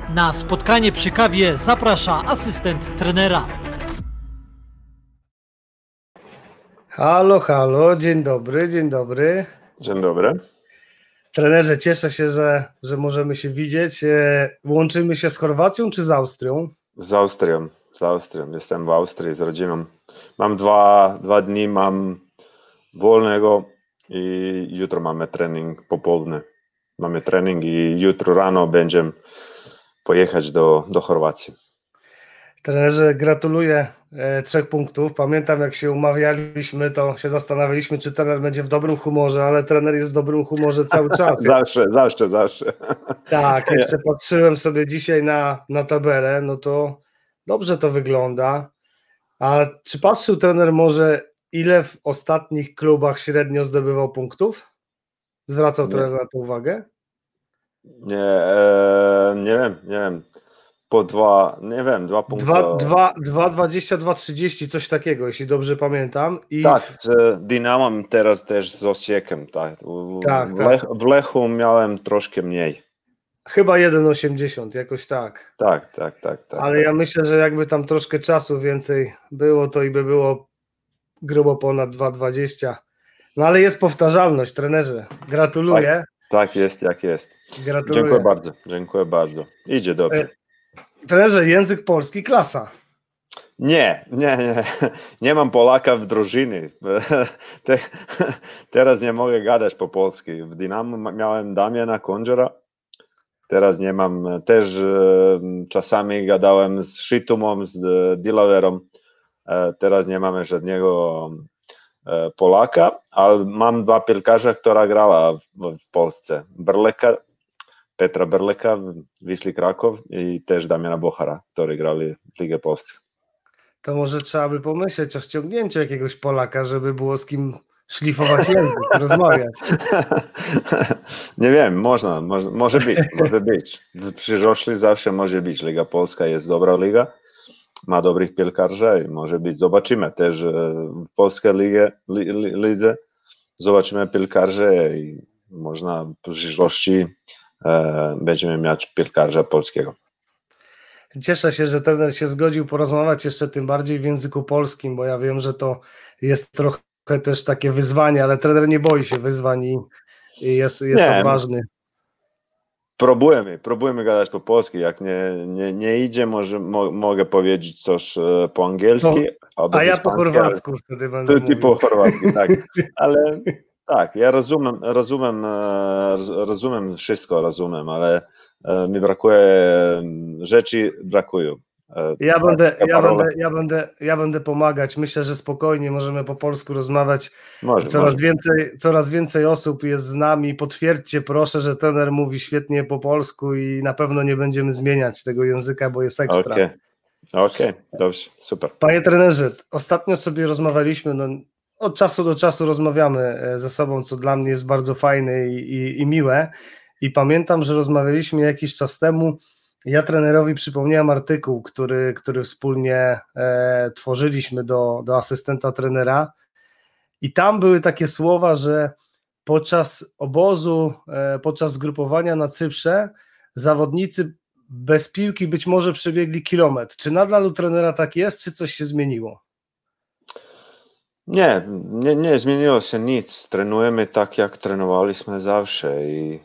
Na spotkanie przy kawie zaprasza asystent trenera. Halo, halo, dzień dobry, dzień dobry. Dzień dobry. Trenerze, cieszę się, że możemy się widzieć. Łączymy się z Chorwacją czy z Austrią? Z Austrią. Jestem w Austrii z rodziną. Mam dwa dni, mam wolnego i jutro mamy trening po południu. Mamy trening i jutro rano będziemy pojechać do Chorwacji. Trenerze, gratuluję 3 punktów. Pamiętam, jak się umawialiśmy, to się zastanawialiśmy, czy trener będzie w dobrym humorze, ale trener jest w dobrym humorze cały czas. Zawsze. Tak, jeszcze patrzyłem sobie dzisiaj na tabelę, no to dobrze to wygląda. A czy patrzył trener może, ile w ostatnich klubach średnio zdobywał punktów? Zwracał trener na to uwagę? Nie wiem. Po 2 punkty. 2,20, 2,30, coś takiego, jeśli dobrze pamiętam. Tak, z Dynamem teraz też z Osiekiem. Tak. W Lechu miałem troszkę mniej. Chyba 1,80, jakoś tak. Tak. Ale ja myślę, że jakby tam troszkę czasu więcej było, to i by było grubo ponad 2,20. No ale jest powtarzalność, trenerze. Gratuluję. Tak jest, jak jest. Gratuluję. Dziękuję bardzo. Idzie dobrze. Trenerze, język polski, klasa. Nie mam Polaka w drużynie. Teraz nie mogę gadać po polsku. W Dynamo miałem Damiana Konżera. Teraz nie mam. Też czasami gadałem z Szytumą, z Dilawerem. Teraz nie mamy żadnego Polaka, ale mam 2 piłkarze, która grała w Polsce. Petra Berleka w Wisli Kraków i też Damiana Bochara, który grali w Lidze Polskiej. To może trzeba by pomyśleć o ściągnięciu jakiegoś Polaka, żeby było z kim szlifować język, rozmawiać. Nie wiem, może być. W przyszłości zawsze może być. Liga Polska jest dobra liga, ma dobrych piłkarzy i może być. Zobaczymy też w polskiej lidze. Zobaczymy piłkarzy i można w przyszłości będziemy mieć piłkarza polskiego. Cieszę się, że trener się zgodził porozmawiać jeszcze tym bardziej w języku polskim, bo ja wiem, że to jest trochę też takie wyzwanie, ale trener nie boi się wyzwań i jest odważny. Próbujemy gadać po polsku. Jak nie idzie, mogę powiedzieć coś po angielsku. A ja po chorwacku wtedy będę mówił. Ty po chorwacku, tak. Ale tak, ja rozumiem wszystko, ale mi brakuje rzeczy, brakują. Ja będę pomagać. Myślę, że spokojnie możemy po polsku rozmawiać. Może. Coraz więcej osób jest z nami. Potwierdźcie proszę, że trener mówi świetnie po polsku i na pewno nie będziemy zmieniać tego języka, bo jest ekstra. Okej, dobrze, super. Panie trenerze, ostatnio sobie rozmawialiśmy, od czasu do czasu rozmawiamy ze sobą, co dla mnie jest bardzo fajne i miłe. I pamiętam, że rozmawialiśmy jakiś czas temu. Ja trenerowi przypomniałem artykuł, który wspólnie tworzyliśmy do asystenta trenera i tam były takie słowa, że podczas obozu, podczas zgrupowania na Cyprze zawodnicy bez piłki być może przebiegli kilometr. Czy nadal u trenera tak jest, czy coś się zmieniło? Nie zmieniło się nic. Trenujemy tak, jak trenowaliśmy zawsze i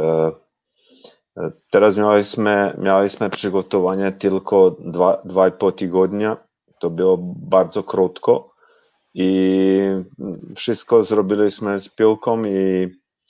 teraz mieliśmy przygotowanie tylko 2,5 tygodnia. To było bardzo krótko i wszystko zrobiliśmy z piłką i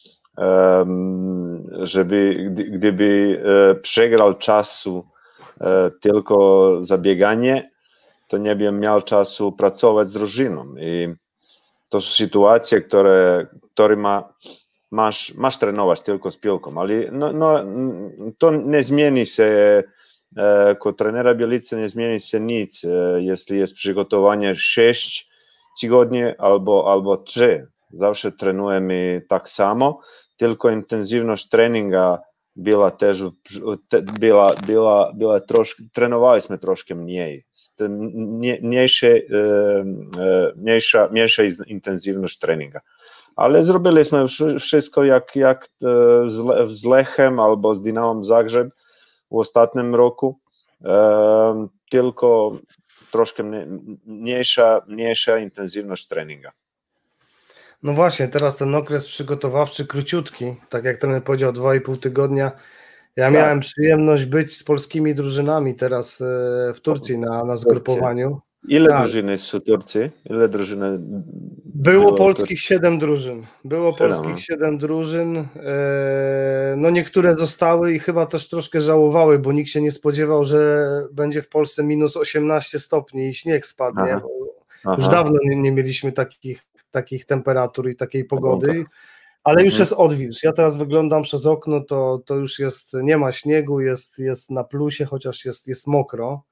gdyby przegrał czasu tylko zabieganie, to nie bym miał czasu pracować z drużyną. I to są sytuacje, które masz trenować tylko z piłką, ale to nie zmieni się, jako trenera Bielicy nie zmieni się nic, jeśli jest przygotowanie 6 tygodni albo 3. Zawsze trenujemy tak samo, tylko intensywność treninga była też trenowaliśmy troszkę mniej. Mniejsza intensywność treninga. Ale zrobiliśmy wszystko jak z Lechem albo z Dynamem Zagrzeb. w ostatnim roku, tylko troszkę mniejsza intensywność treninga. No właśnie, teraz ten okres przygotowawczy króciutki, tak jak trener powiedział, 2,5 tygodnia. Ja Tak. miałem przyjemność być z polskimi drużynami teraz w Turcji na zgrupowaniu. Ile Tak. drużyny jest w Turcji? Ile drużyny Było polskich 7 drużyn. Było 7, polskich 7 drużyn. No niektóre zostały i chyba też troszkę żałowały, bo nikt się nie spodziewał, że będzie w Polsce minus 18 stopni i śnieg spadnie. Już dawno nie mieliśmy takich temperatur i takiej pogody, ale już jest odwilż. Ja teraz wyglądam przez okno, to już jest, nie ma śniegu, jest na plusie, chociaż jest mokro.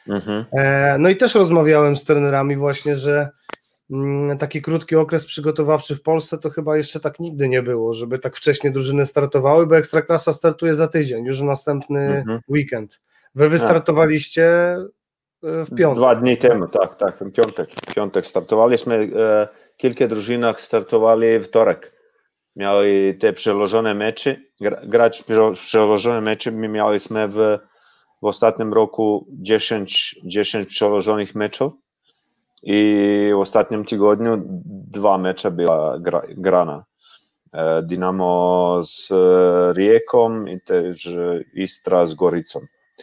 No i też rozmawiałem z trenerami właśnie, że taki krótki okres przygotowawczy w Polsce to chyba jeszcze tak nigdy nie było, żeby tak wcześnie drużyny startowały, bo Ekstraklasa startuje za tydzień, już w następny weekend. Wy wystartowaliście w piątek. 2 dni temu, tak, w piątek startowaliśmy. Kilka drużynach startowali wtorek. Miały te przełożone mecze, grać przełożone mecze. My mieliśmy w ostatnim roku 10 przełożonych meczów i w ostatnim tygodniu 2 mecze była grana. Dynamo z Rijeką i też Istra z Goricą.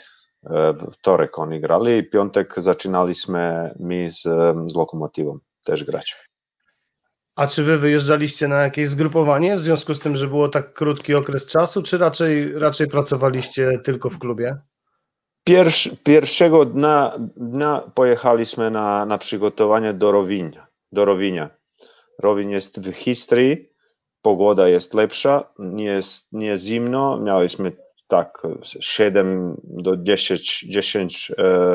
W wtorek oni grali i piątek zaczynaliśmy my z Lokomotywą też grać. A czy wy wyjeżdżaliście na jakieś zgrupowanie w związku z tym, że było tak krótki okres czasu, czy raczej pracowaliście tylko w klubie? Pierwszego dnia pojechaliśmy na przygotowanie do Rowinia. Rowiń jest w historii, pogoda jest lepsza, nie jest zimno, mieliśmy tak 7 do 10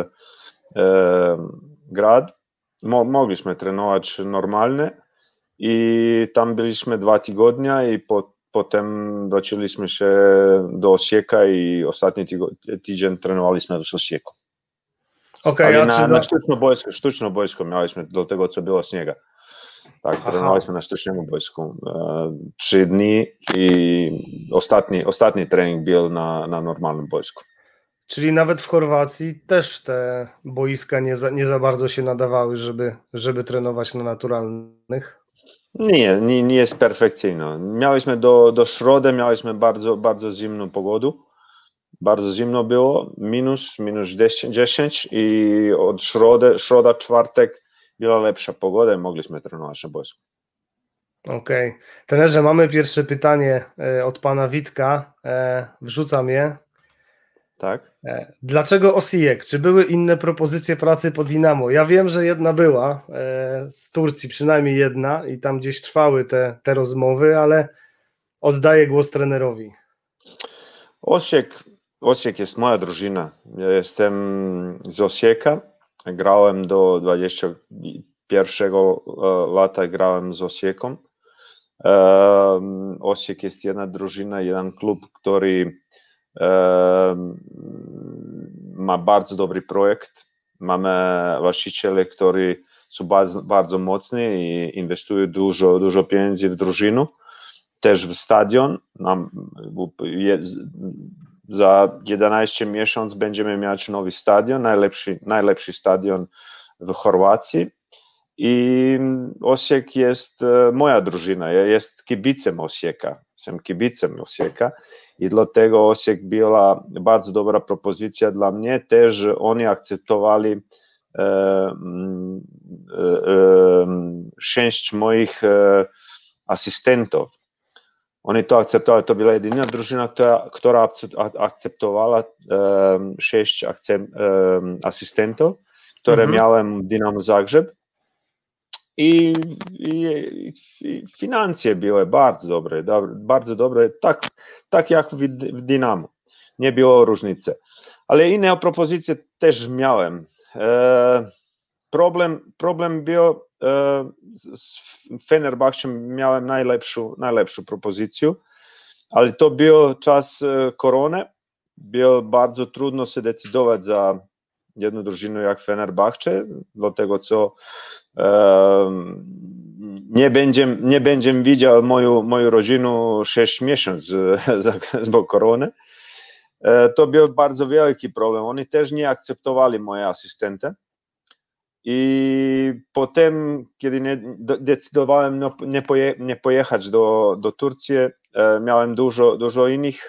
grad. Mogliśmy trenować normalnie i tam byliśmy 2 tygodnie i potem wróciliśmy się do Osieka i ostatni tydzień trenowaliśmy w Osieku. Ale na sztuczną boisku mieliśmy do tego, co było śniega. Tak, trenowaliśmy na sztucznym boisku 3 dni i ostatni trening był na normalnym boisku. Czyli nawet w Chorwacji też te boiska nie za bardzo się nadawały, żeby trenować na naturalnych? Nie jest perfekcyjne. Mieliśmy do środy, mieliśmy bardzo, bardzo zimną pogodę. Bardzo zimno było, minus 10 i od środa, czwartek była lepsza pogoda i mogliśmy trenować na boisku. Okej. Trenerze, mamy pierwsze pytanie od pana Witka. Wrzucam je. Tak. Dlaczego Osijek? Czy były inne propozycje pracy po Dinamo? Ja wiem, że jedna była z Turcji, przynajmniej jedna i tam gdzieś trwały te rozmowy, ale oddaję głos trenerowi. Osijek jest moja drużyna. Ja jestem z Osieka. Grałem do 21 lata, grałem z Osieką. Osijek jest jedna drużyna, jeden klub, który ma bardzo dobry projekt. Mamy właścicieli, którzy są bardzo mocni i inwestują dużo pieniędzy w drużynę. Też w stadion. Za 11 miesięcy będziemy mieć nowy stadion, najlepszy stadion w Chorwacji. I Osijek jest moja drużyna. Ja jestem kibicem Osijeka. Jestem kibicem Osijeka i dlatego Osijek była bardzo dobra propozycja dla mnie. Też oni akceptowali 6 moich asystentów. Oni to akceptowali, to była jedyna drużyna, która akceptowała 6 asystentów, które miałem w Dynamo Zagrzeb. I finanse były bardzo dobre, tak jak w Dynamo. Nie było różnicy. Ale inne propozycje też miałem. Problem był z Fenerbahcem, miałem najlepszą propozycję, ale to był czas korony. Było bardzo trudno się decydować za jedną drużynę jak Fenerbahce, dlatego co nie będę widział moją rodzinę 6 miesięcy z korony. to był bardzo wielki problem. Oni też nie akceptowali moje asystenty. I potem, kiedy decydowałem nie pojechać do Turcji, miałem dużo innych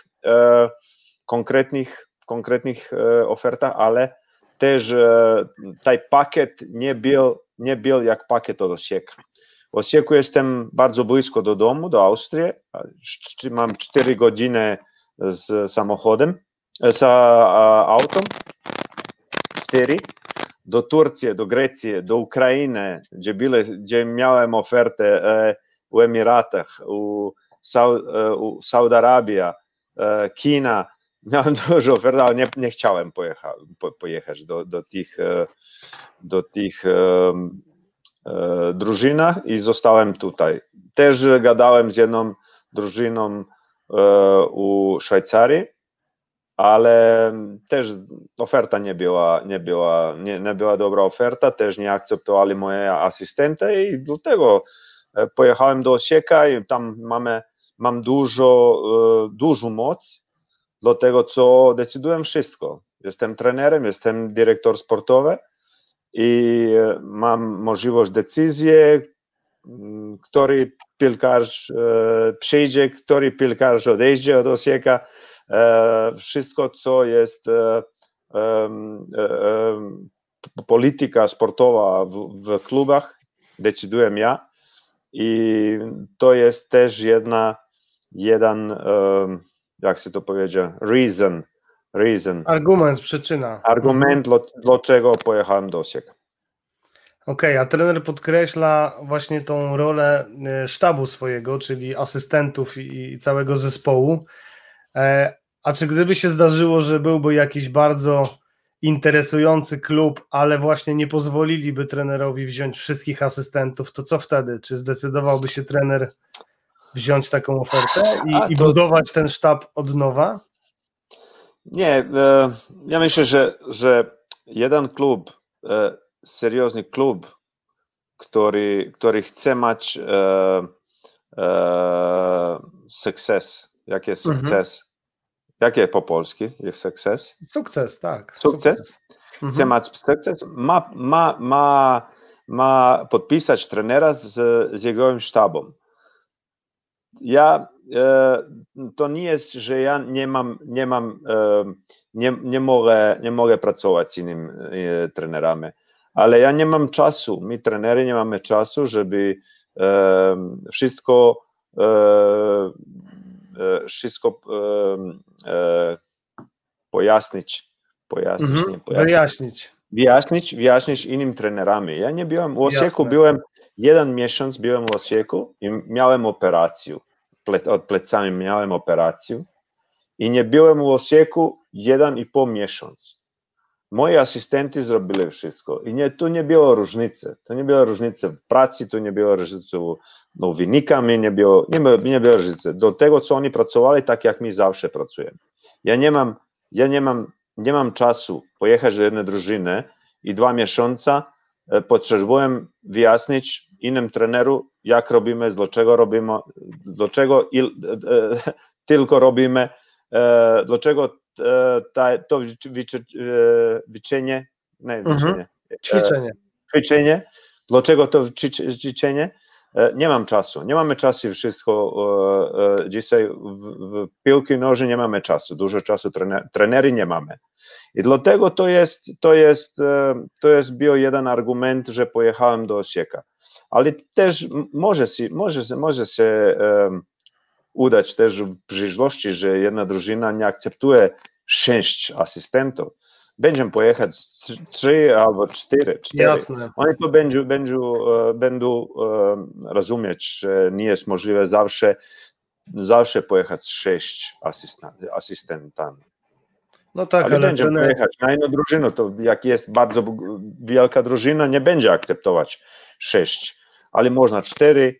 konkretnych ofertach, ale też ten pakiet nie był jak pakiet od Osieka. W Osieku jestem bardzo blisko do domu, do Austrii. Mam 4 godziny z samochodem, z autem. 4. Do Turcji, do Grecji, do Ukrainy, gdzie miałem ofertę w Emiratach, u Saudi Arabii, China. Miałem dużo ofert, ale nie chciałem pojechać do tych drużynach i zostałem tutaj. Też gadałem z jedną drużyną u Szwajcarii, ale też oferta nie była dobra oferta, też nie akceptowali moje asystenty i dlatego pojechałem do Osieka i tam mam dużą moc, dlatego co decyduję wszystko. Jestem trenerem, jestem dyrektor sportowy i mam możliwość decyzji, który piłkarz przyjdzie, który piłkarz odejdzie od Osieka. Wszystko, co jest polityka sportowa w klubach, decyduję ja i to jest też jeden, jak się to powiedzie, reason. Argument, przyczyna. Argument, dlaczego pojechałem do Osieka. Okej, a trener podkreśla właśnie tą rolę sztabu swojego, czyli asystentów i całego zespołu. A czy gdyby się zdarzyło, że byłby jakiś bardzo interesujący klub, ale właśnie nie pozwoliliby trenerowi wziąć wszystkich asystentów, to co wtedy? Czy zdecydowałby się trener wziąć taką ofertę i budować ten sztab od nowa? Nie, ja myślę, że jeden klub, seriozny klub, który chce mieć sukces. Jaki jest sukces? Jakie po polsku jest sukces? Sukces, tak. Sukces? Chce mieć sukces? Ma podpisać trenera z jego sztabem. To nie jest, że ja nie mogę pracować z innymi trenerami, ale ja nie mam czasu, my trenerzy nie mamy czasu, żeby wszystko wyjaśnić innym trenerami. Ja nie byłem w Osieku, byłem 1 miesiąc w Osieku i miałem operację. Od plecami miałem operację i nie byłem w Osieku 1,5 miesiąc. Moi asystenci zrobili wszystko i tu nie było różnicy. To nie było różnicy w pracy, tu nie było różnicy w wynikami, nie było różnicy. Do tego, co oni pracowali, tak jak my zawsze pracujemy. Ja nie mam czasu pojechać do jednej drużyny i 2 miesiące potrzebuję wyjaśnić innym treneru, jak robimy, dlaczego tylko robimy, dlaczego to ćwiczenie, dlaczego to ćwiczenie, nie mam czasu, nie mamy czasu wszystko, dzisiaj w piłki nożnej nie mamy czasu, dużo czasu trenerzy nie mamy i dlatego to jest był jeden argument, że pojechałem do Osieka, ale też może się udać też w przyszłości, że jedna drużyna nie akceptuje 6 asystentów. Będziemy pojechać 3 albo 4. Jasne. Oni to będą rozumieć, że nie jest możliwe zawsze pojechać z 6 asystentami. No tak, ale będziemy pojechać na inną drużynę, to jak jest bardzo wielka drużyna, nie będzie akceptować 6, ale można 4,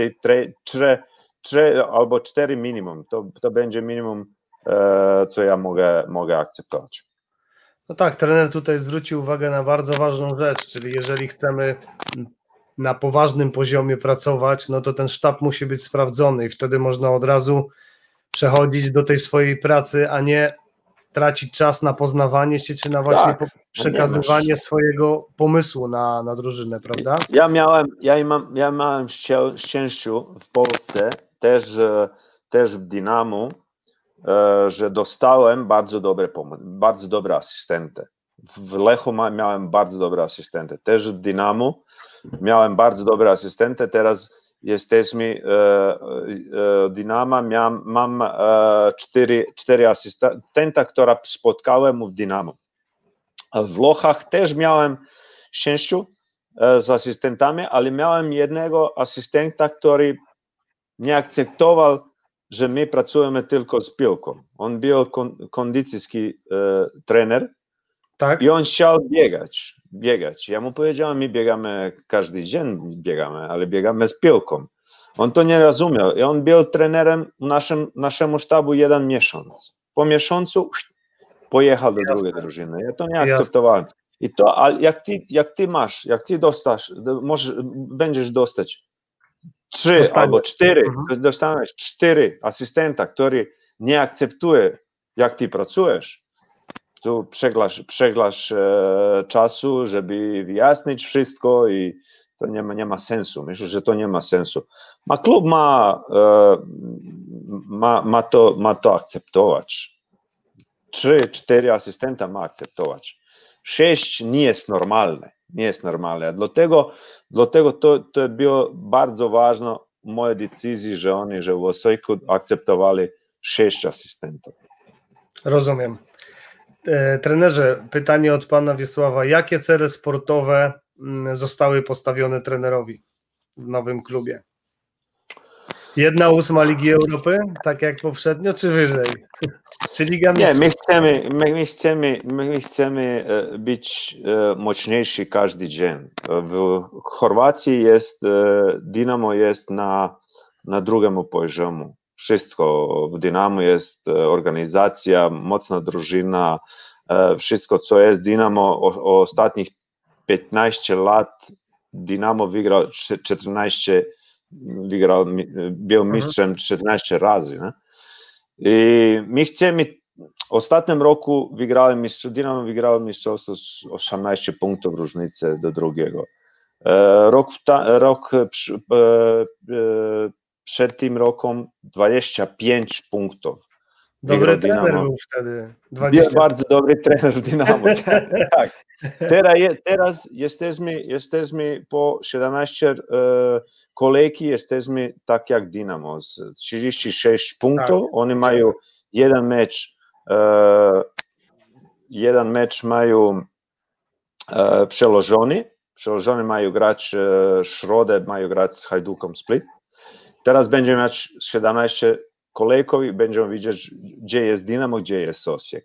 3 albo 4 minimum. To będzie minimum, co ja mogę akceptować. No tak, trener tutaj zwrócił uwagę na bardzo ważną rzecz, czyli jeżeli chcemy na poważnym poziomie pracować, no to ten sztab musi być sprawdzony i wtedy można od razu przechodzić do tej swojej pracy, a nie tracić czas na poznawanie się, czy na właśnie przekazywanie swojego pomysłu na drużynę, prawda? Ja miałem szczęściu w Polsce, też w Dynamo, że dostałem bardzo dobre asystentę. W Lechu miałem bardzo dobre asystentę. Też w Dynamo miałem bardzo dobre asystentę. Teraz jesteśmy Dynama, mam cztery asystenta, które spotkałem w Dynamo. W Lochach też miałem szczęściu z asystentami, ale miałem jednego asystenta, który nie akceptował, że my pracujemy tylko z piłką. On był kondycyjski trener, tak? I on chciał biegać. Ja mu powiedziałem, my biegamy każdy dzień, ale biegamy z piłką. On to nie rozumiał i on był trenerem naszemu sztabu 1 miesiąc. Po miesiącu pojechał do drugiej drużyny. Ja to nie akceptowałem. I to, jak ty będziesz dostać 3 albo 4, dostaniesz 4 asystenta, który nie akceptuje, jak ty pracujesz, to przeglasz czasu, żeby wyjaśnić wszystko i to nie ma sensu. Myślę, że to nie ma sensu. Klub ma to akceptować. 3-4 asystenta ma akceptować. 6 nie jest normalne. Dlatego to było bardzo ważne w mojej decyzji, że w Osijku akceptowali 6 asystentów. Rozumiem. Trenerze, pytanie od pana Wiesława. Jakie cele sportowe zostały postawione trenerowi w nowym klubie? 1/8 Ligi Europy, tak jak poprzednio, czy wyżej? Czy Liga Mistrzów? Nie, my chcemy być mocniejsi każdy dzień. W Chorwacji Dynamo jest na drugim poziomu. Wszystko w Dynamo jest organizacja, mocna drużyna, wszystko co jest Dynamo ostatnich 15 lat Dynamo wygrał 14, był mistrzem 14 razy. Nie? I my chcemy, w ostatnim roku Dynamo wygrało mistrzostwo z 18 punktów różnicy do drugiego. Rok przed tym rokiem 25 punktów. Dobry trener był wtedy. Był bardzo dobry trener w Dynamo. Tak. Teraz jesteśmy po 17 kolejki, jesteśmy tak jak Dynamo, z 36 punktów. Tak. Oni mają jeden mecz mają przełożony. Przełożony mają grać środę, mają grać z Hajdukom Split. Teraz będziemy mieć 17 kolejków i będziemy widzieć, gdzie jest Dynamo, gdzie jest Osijek.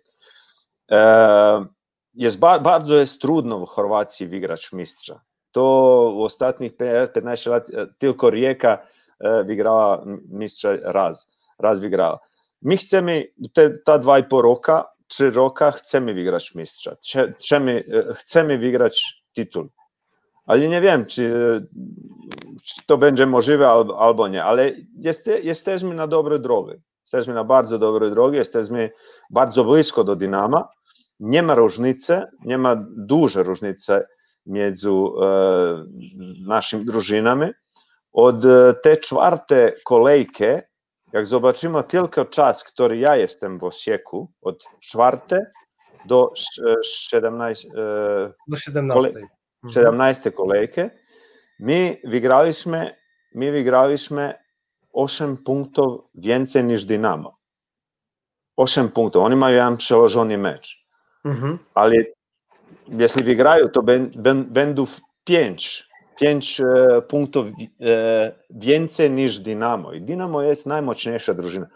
Bardzo jest trudno w Chorwacji wygrać mistrza. To w ostatnich 15 lat tylko Rijeka wygrała mistrza raz wygrała. My chcemy te 2,5 roku, 3 roki chcemy wygrać mistrza. Chcemy wygrać tytuł. Ale nie wiem, czy to będzie możliwe albo nie, ale jesteśmy na dobrej drodze. Jesteśmy na bardzo dobrej drodze, jesteśmy bardzo blisko do Dynama. Nie ma różnicy, nie ma dużej różnicy między naszymi drużynami. Od tej 4. kolejki, jak zobaczymy tylko czas, który ja jestem w Osijeku, od 4. do 17. Do 17. 17 kolejki, my wygraliśmy 8 punktów więcej niż Dynamo. 8 punktów. Oni mają przełożony mecz. Ale jeśli wygrają, to będą 5 punktów więcej niż Dynamo. I Dynamo jest najmocniejsza drużyna.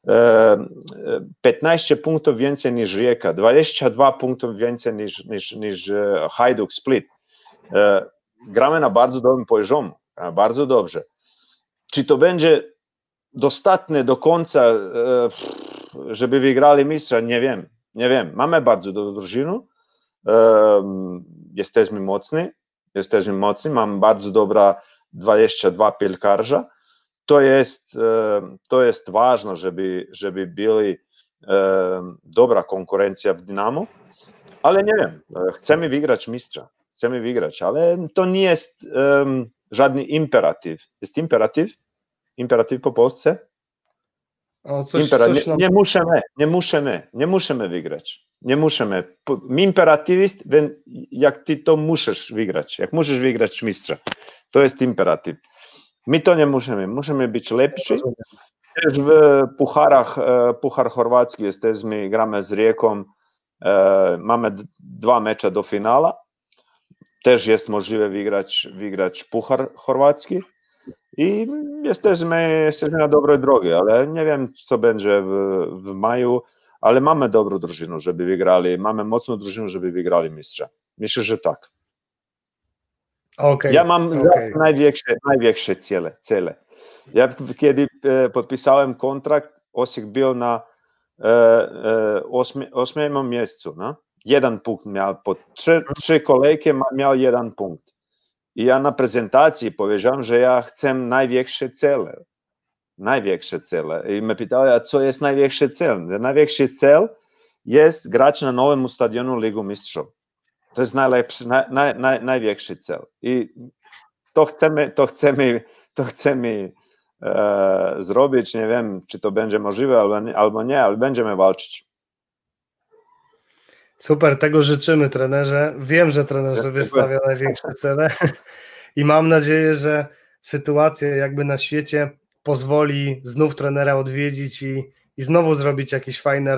15 punktów więcej niż Rijeka, 22 punktów więcej niż Hajduk Split. Gramy na bardzo dobrym poziomie, bardzo dobrze. Czy to będzie dostatnie do końca, żeby wygrali mistrza? Nie wiem. Mamy bardzo dobrą drużynę, jesteśmy mocni, mamy bardzo dobra 22 piłkarza. To jest ważne, żeby byli dobra konkurencja w Dynamo, ale nie wiem, chcemy wygrać mistrza, ale to nie jest żadny imperatyw. Jest imperatyw? Imperatyw po polsce? Nie musimy wygrać. Nie musimy. Imperatyw jest, jak ty to musisz wygrać. Jak musisz wygrać mistrza. To jest imperatyw. My to nie musimy. Musimy być lepsi. Też w pucharach, puchar chorwacki jesteśmy, gramy z Rijeką. Mamy 2 mecze do finala. Też jest możliwe wygrać puchar chorwacki. I jesteśmy na dobrej drodze, ale nie wiem, co będzie w maju, ale mamy dobrą drużynę, żeby wygrali, mamy mocną drużynę, żeby wygrali mistrza. Myślę, że tak. Ja mam największe cele. Ja kiedy podpisałem kontrakt, Osijek był na 8. miejscu. No? 1 punkt miał, po 3 kolejki miał 1 punkt. I ja na prezentacji powiedziałem, że ja chcę największe cele. I mnie pytali, a co jest największy cel? Największy cel jest grać na nowym stadionu Ligu Mistrzów. To jest największy cel. I to chcemy zrobić. Nie wiem, czy to będzie możliwe albo nie, ale będziemy walczyć. Super, tego życzymy, trenerze. Wiem, że trener sobie stawia największe cele i mam nadzieję, że sytuacja jakby na świecie pozwoli znów trenera odwiedzić i znowu zrobić jakieś fajne...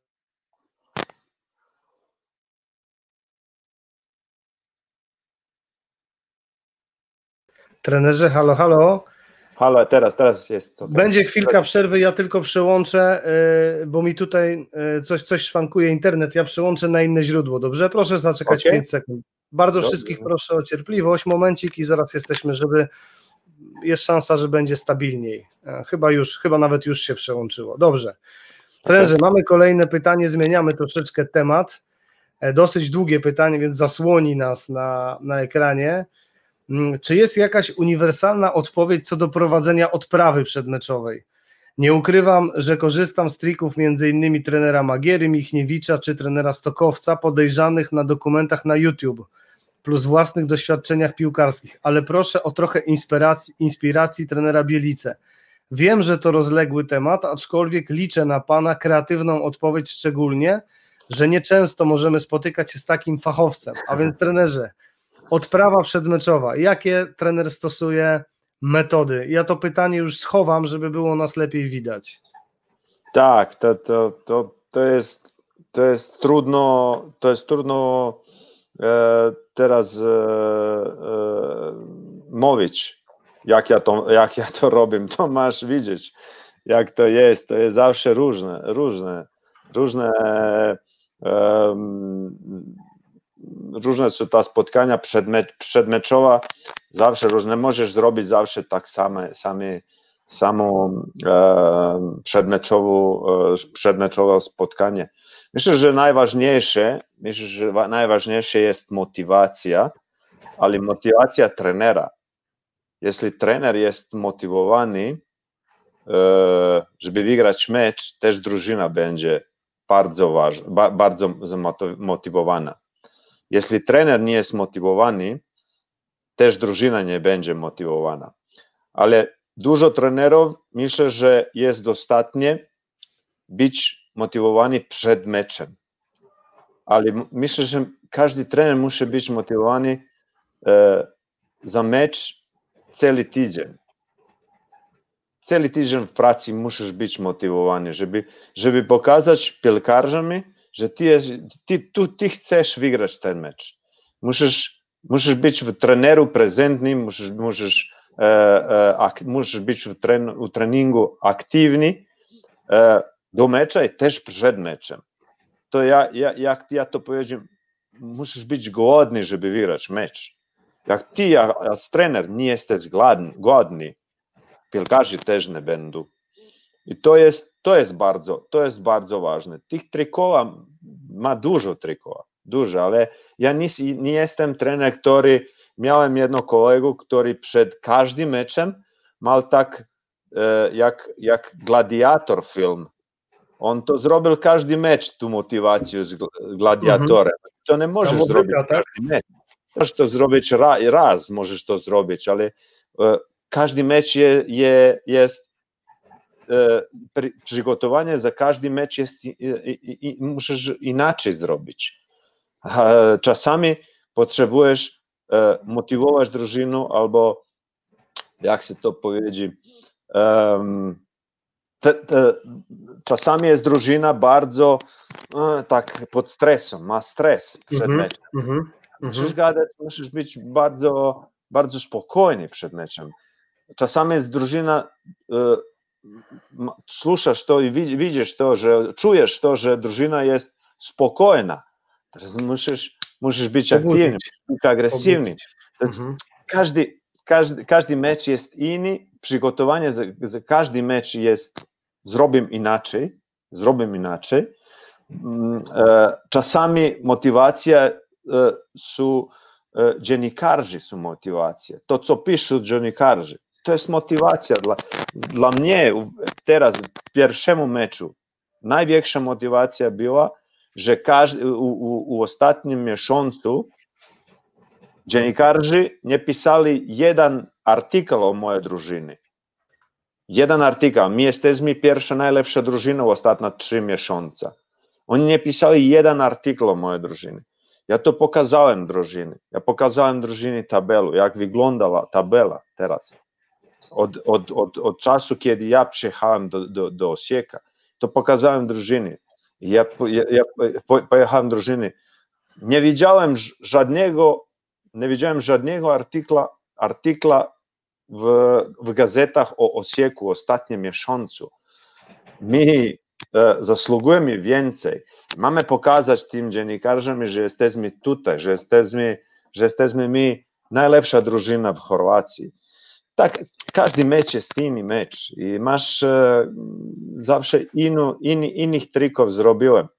Trenerze, halo, halo. Halo, teraz jest. Okay. Będzie chwilka przerwy, ja tylko przełączę, bo mi tutaj coś szwankuje internet, ja przełączę na inne źródło, dobrze? Proszę zaczekać 5 sekund. Bardzo wszystkich proszę o cierpliwość, momencik i zaraz jesteśmy, jest szansa, że będzie stabilniej. Chyba nawet już się przełączyło. Dobrze. Trenerze, mamy kolejne pytanie, zmieniamy troszeczkę temat. Dosyć długie pytanie, więc zasłoni nas na ekranie. Czy jest jakaś uniwersalna odpowiedź co do prowadzenia odprawy przedmeczowej? Nie ukrywam, że korzystam z trików m.in. trenera Magiery, Michniewicza czy trenera Stokowca podejrzanych na dokumentach na YouTube plus własnych doświadczeniach piłkarskich, ale proszę o trochę inspiracji trenera Bielice. Wiem, że to rozległy temat, aczkolwiek liczę na Pana kreatywną odpowiedź szczególnie, że nieczęsto możemy spotykać się z takim fachowcem. A więc trenerze, odprawa przedmeczowa. Jakie trener stosuje metody? Ja to pytanie już schowam, żeby było nas lepiej widać. Tak, to jest trudno teraz mówić, jak ja to robię. To masz widzieć, jak to jest. To jest zawsze różne są te spotkania przedmeczowe, zawsze różne, możesz zrobić zawsze tak samo przedmeczowe spotkanie. Myślę, że najważniejsze jest motywacja, ale motywacja trenera. Jeśli trener jest motywowany, żeby wygrać mecz, też drużyna będzie bardzo motywowana. Jeśli trener nie jest motywowany, też drużyna nie będzie motywowana. Ale dużo trenerów myślę, że jest dostatnie być motywowany przed meczem. Ale myślę, że każdy trener musi być motywowany za mecz cały tydzień. Cały tydzień w pracy musisz być motywowany, żeby pokazać piłkarzom, że ty chcesz wygrać ten mecz. Musisz być w treneru prezentny, musisz być w treningu aktywny do mecza i też przed meczem. To jak ja to powiedziałem, musisz być głodny, żeby wygrać mecz. Jak ty jako trener nie jesteś głodny, piłkarze też nie będą. I to jest bardzo ważne. Tych trików ma dużo trików, ale ja nie jestem trener, który miałem jednego kolegę, który przed każdym meczem miał tak jak gladiator film. On to zrobił każdy mecz, tu motywację z gladiatorem. To nie możesz zrobić każdy mecz. Możesz to zrobić raz, możesz to zrobić, ale każdy mecz jest przygotowanie za każdy mecz jest musisz inaczej zrobić. Czasami potrzebujesz motywować drużynę albo jak się to powiedzieć, czasami jest drużyna bardzo tak pod stresem, ma stres przed meczem. Musisz gadać, musisz być bardzo, bardzo spokojny przed meczem. Czasami jest drużyna, słuchasz to i widzisz to, że czujesz to, że drużyna jest spokojna. Teraz musisz być aktywny, być agresywny. Każdy mecz jest inny, przygotowanie za każdy mecz jest zrobimy inaczej. Czasami motywacja są dziennikarze, są motywacja. To, co piszą dziennikarze, to jest motywacja. Dla mnie teraz w pierwszym meczu największa motywacja była, że u ostatnim miesiącu dziennikarze nie pisali jeden artykuł o mojej drużynie. Jeden artykuł. My jesteśmy pierwsza najlepsza drużyna w ostatnie 3 miesiące. Oni nie pisali jeden artykuł o mojej drużynie. Ja to pokazałem drużynie. Ja pokazałem drużynie tabelę, jak wyglądała tabela teraz. Od czasu, kiedy ja przyjechałem do Osieka, to pokazałem drużynie. Ja pojechałem drużyny. Nie widziałem żadnego artykla w gazetach o Osieku w ostatnim miesiącu. My zasługujemy więcej. Mamy pokazać tym dziennikarzom, że jesteśmy tutaj, że jesteśmy my najlepsza drużyna w Chorwacji. Tak, każdy mecz jest inny mecz i masz zawsze innych trików zrobiłem.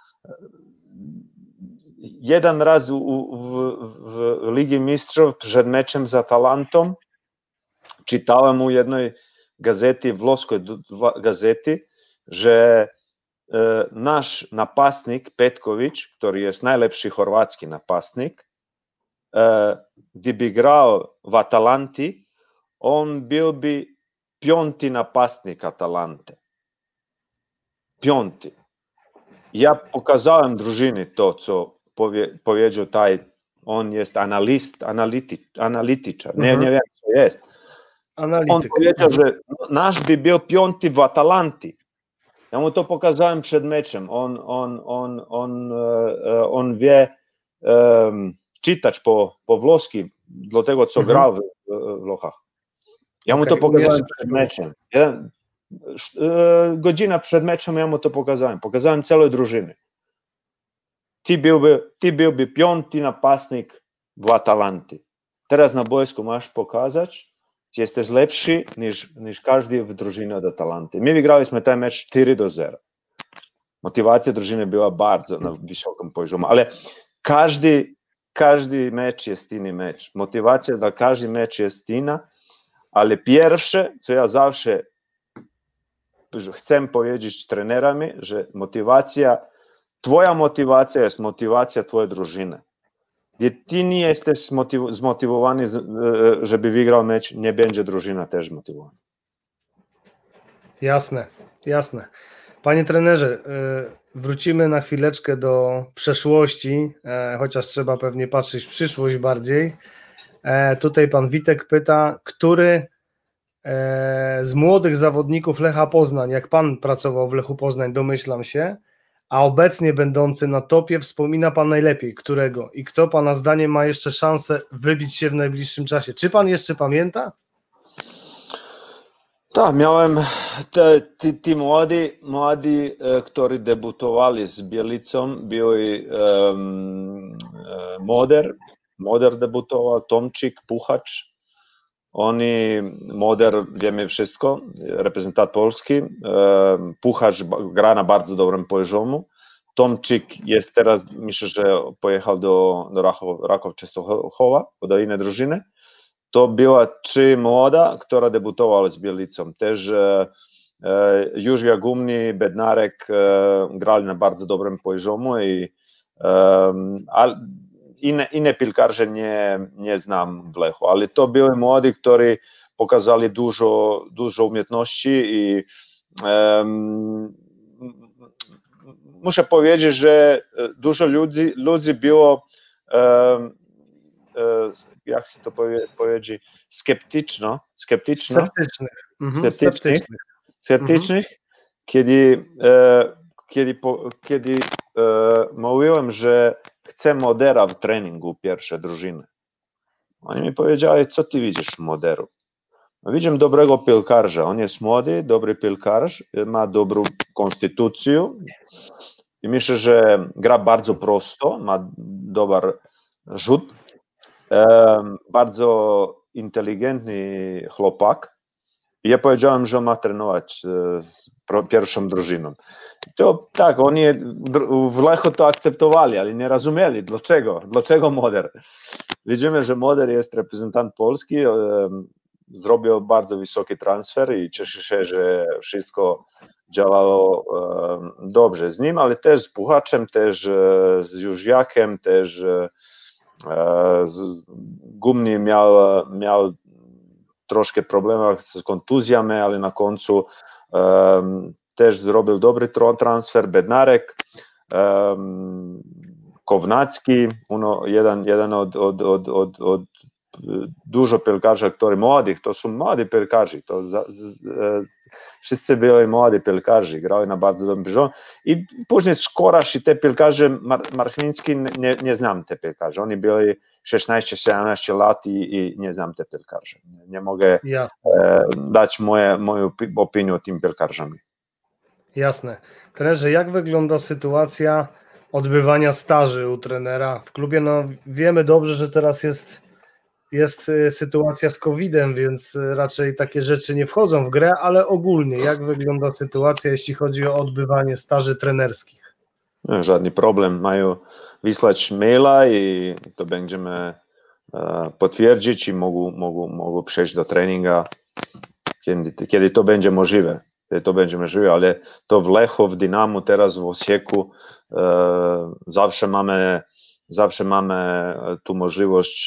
Jeden raz w Ligi Mistrzów przed meczem z Atalantą czytałem u jednej gazety, włoskiej gazety, że nasz napastnik Petković, który jest najlepszy chorwacki napastnik, gdyby grał w Atalanti, on byłby 5. napastnik Atalanty. 5. Ja pokazałem drużynie to, co powiedział on jest analityczar. Nie wiem, co jest. Analityk. On powiedział, że nasz by był 5. w Atalanti. Ja mu to pokazałem przed meczem. On wie czytać po włoski, dlatego co grał w Włochach. Ja mu to pokazałem przed meczem. Godzina przed meczem ja mu to pokazałem. Pokazałem całej drużyny. Ty byłby 5. napastnik w Atalanti. Teraz na boisku masz pokazać, że jesteś lepszy niż każdy w drużynie od Atalanty. My wygraliśmy ten mecz 4-0. Motywacja drużyny była bardzo na wysokim poziomie, ale każdy mecz jest inny mecz. Motywacja dla każdy mecz jest inna, ale pierwsze, co ja zawsze chcę powiedzieć z trenerami, że twoja motywacja jest motywacja twojej drużyny. Gdy ty nie jesteś zmotywowany, żeby wygrał mecz, nie będzie drużyna też zmotywowana. Jasne. Panie trenerze, wrócimy na chwileczkę do przeszłości, chociaż trzeba pewnie patrzeć w przyszłość bardziej. Tutaj pan Witek pyta, który z młodych zawodników Lecha Poznań, jak pan pracował w Lechu Poznań, domyślam się, a obecnie będący na topie, wspomina pan najlepiej, którego i kto pana zdaniem ma jeszcze szansę wybić się w najbliższym czasie? Czy pan jeszcze pamięta? Tak, miałem ci młodzi, którzy debiutowali z Bielicą, byli Moder debutował, Tomczyk, Puchacz. Moder wiemy wszystko, reprezentant Polski. Puchacz gra na bardzo dobrym poziomie. Tomczyk jest teraz, myślę, że pojechał do Raków Częstochowa, do innej drużyny. To była 3 młoda, która debiutowała z Bielicą. Też Južvija Gumni, Bednarek grali na bardzo dobrym poziomu inne piłkarze nie znam w Lechu, ale to byli młodzi, którzy pokazali dużo umiejętności i muszę powiedzieć, że dużo ludzi było jak się to powiedzieć, skeptycznych, kiedy mówiłem, że chcę modera w treningu pierwszej drużyny. Oni mi powiedzieli, co ty widzisz w moderu? Widzę dobrego piłkarza, on jest młody, dobry piłkarz, ma dobrą konstytucję i myślę, że gra bardzo prosto, ma dobry rzut, bardzo inteligentny chłopak. I ja powiedziałem, że ma trenować z pierwszą drużyną. To tak, oni w Lechu to akceptowali, ale nie rozumieli, dlaczego Moder. Widzimy, że Moder jest reprezentant Polski, zrobił bardzo wysoki transfer i cieszę się, że wszystko działało dobrze z nim, ale też z Puchaczem, też z Jóźwiakiem, też z Gumni miał troszkę problemów z kontuzjami, ale na końcu też zrobił dobry transfer. Bednarek, Kownacki, jeden od dużo piłkarzy, którzy młodych, to są młodzi piłkarze, wszyscy byli młodzi piłkarze, grali na bardzo dobrym poziomie i później Szkorasz i te piłkarze, Marchwiński, nie znam te piłkarze, oni byli 16-17 lat i nie znam te piłkarze, nie mogę dać moją opinię o tym piłkarzami. Jasne. Trenerze, jak wygląda sytuacja odbywania staży u trenera w klubie? No wiemy dobrze, że teraz jest sytuacja z COVID-em, więc raczej takie rzeczy nie wchodzą w grę, ale ogólnie jak wygląda sytuacja, jeśli chodzi o odbywanie staży trenerskich? No, żaden problem. Mają wysłać maila i to będziemy potwierdzić i mogą przejść do treninga, kiedy to będzie możliwe. Ale to w Lechu, w Dynamo, teraz w Osieku zawsze mamy tu możliwość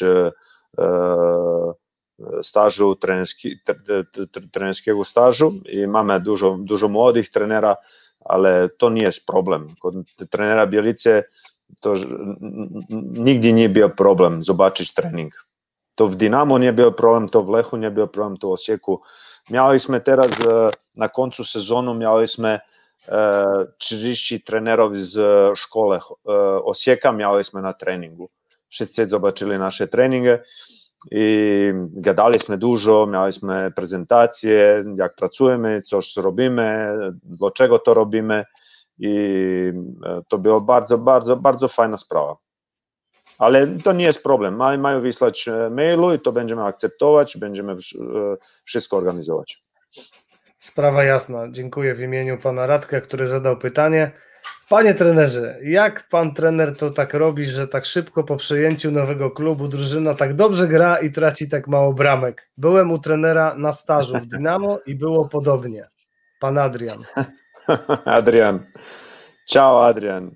stażu, trenerskiego stażu i mamy dużo młodych trenera, ale to nie jest problem. Trenera Bielicy to nigdy nie był problem zobaczyć trening. To w Dynamo nie był problem, to w Lechu nie był problem, to w Osieku. Mieliśmy teraz na końcu sezonu mieliśmy 30 trenerów z szkoły Osieka, mieliśmy na treningu. Wszyscy zobaczyli nasze treningi i gadaliśmy dużo, mieliśmy prezentacje, jak pracujemy, coś robimy, dlaczego to robimy i to była bardzo fajna sprawa. Ale to nie jest problem, mają wysłać mailu i to będziemy akceptować, będziemy wszystko organizować. Sprawa jasna, dziękuję w imieniu pana Radka, który zadał pytanie. Panie trenerze, jak pan trener to tak robi, że tak szybko po przejęciu nowego klubu drużyna tak dobrze gra i traci tak mało bramek? Byłem u trenera na stażu w Dynamo i było podobnie. Pan Adrian. Adrian. Ciao, Adrian.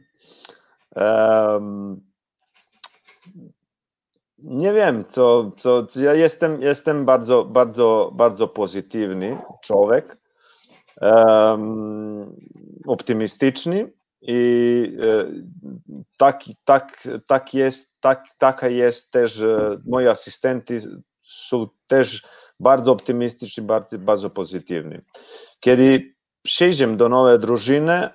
Nie wiem, ja jestem bardzo pozytywny człowiek, optymistyczny i taka jest też, moi asystenci są też bardzo optymistyczni, bardzo pozytywni. Kiedy przyjdziemy do nowej drużyny,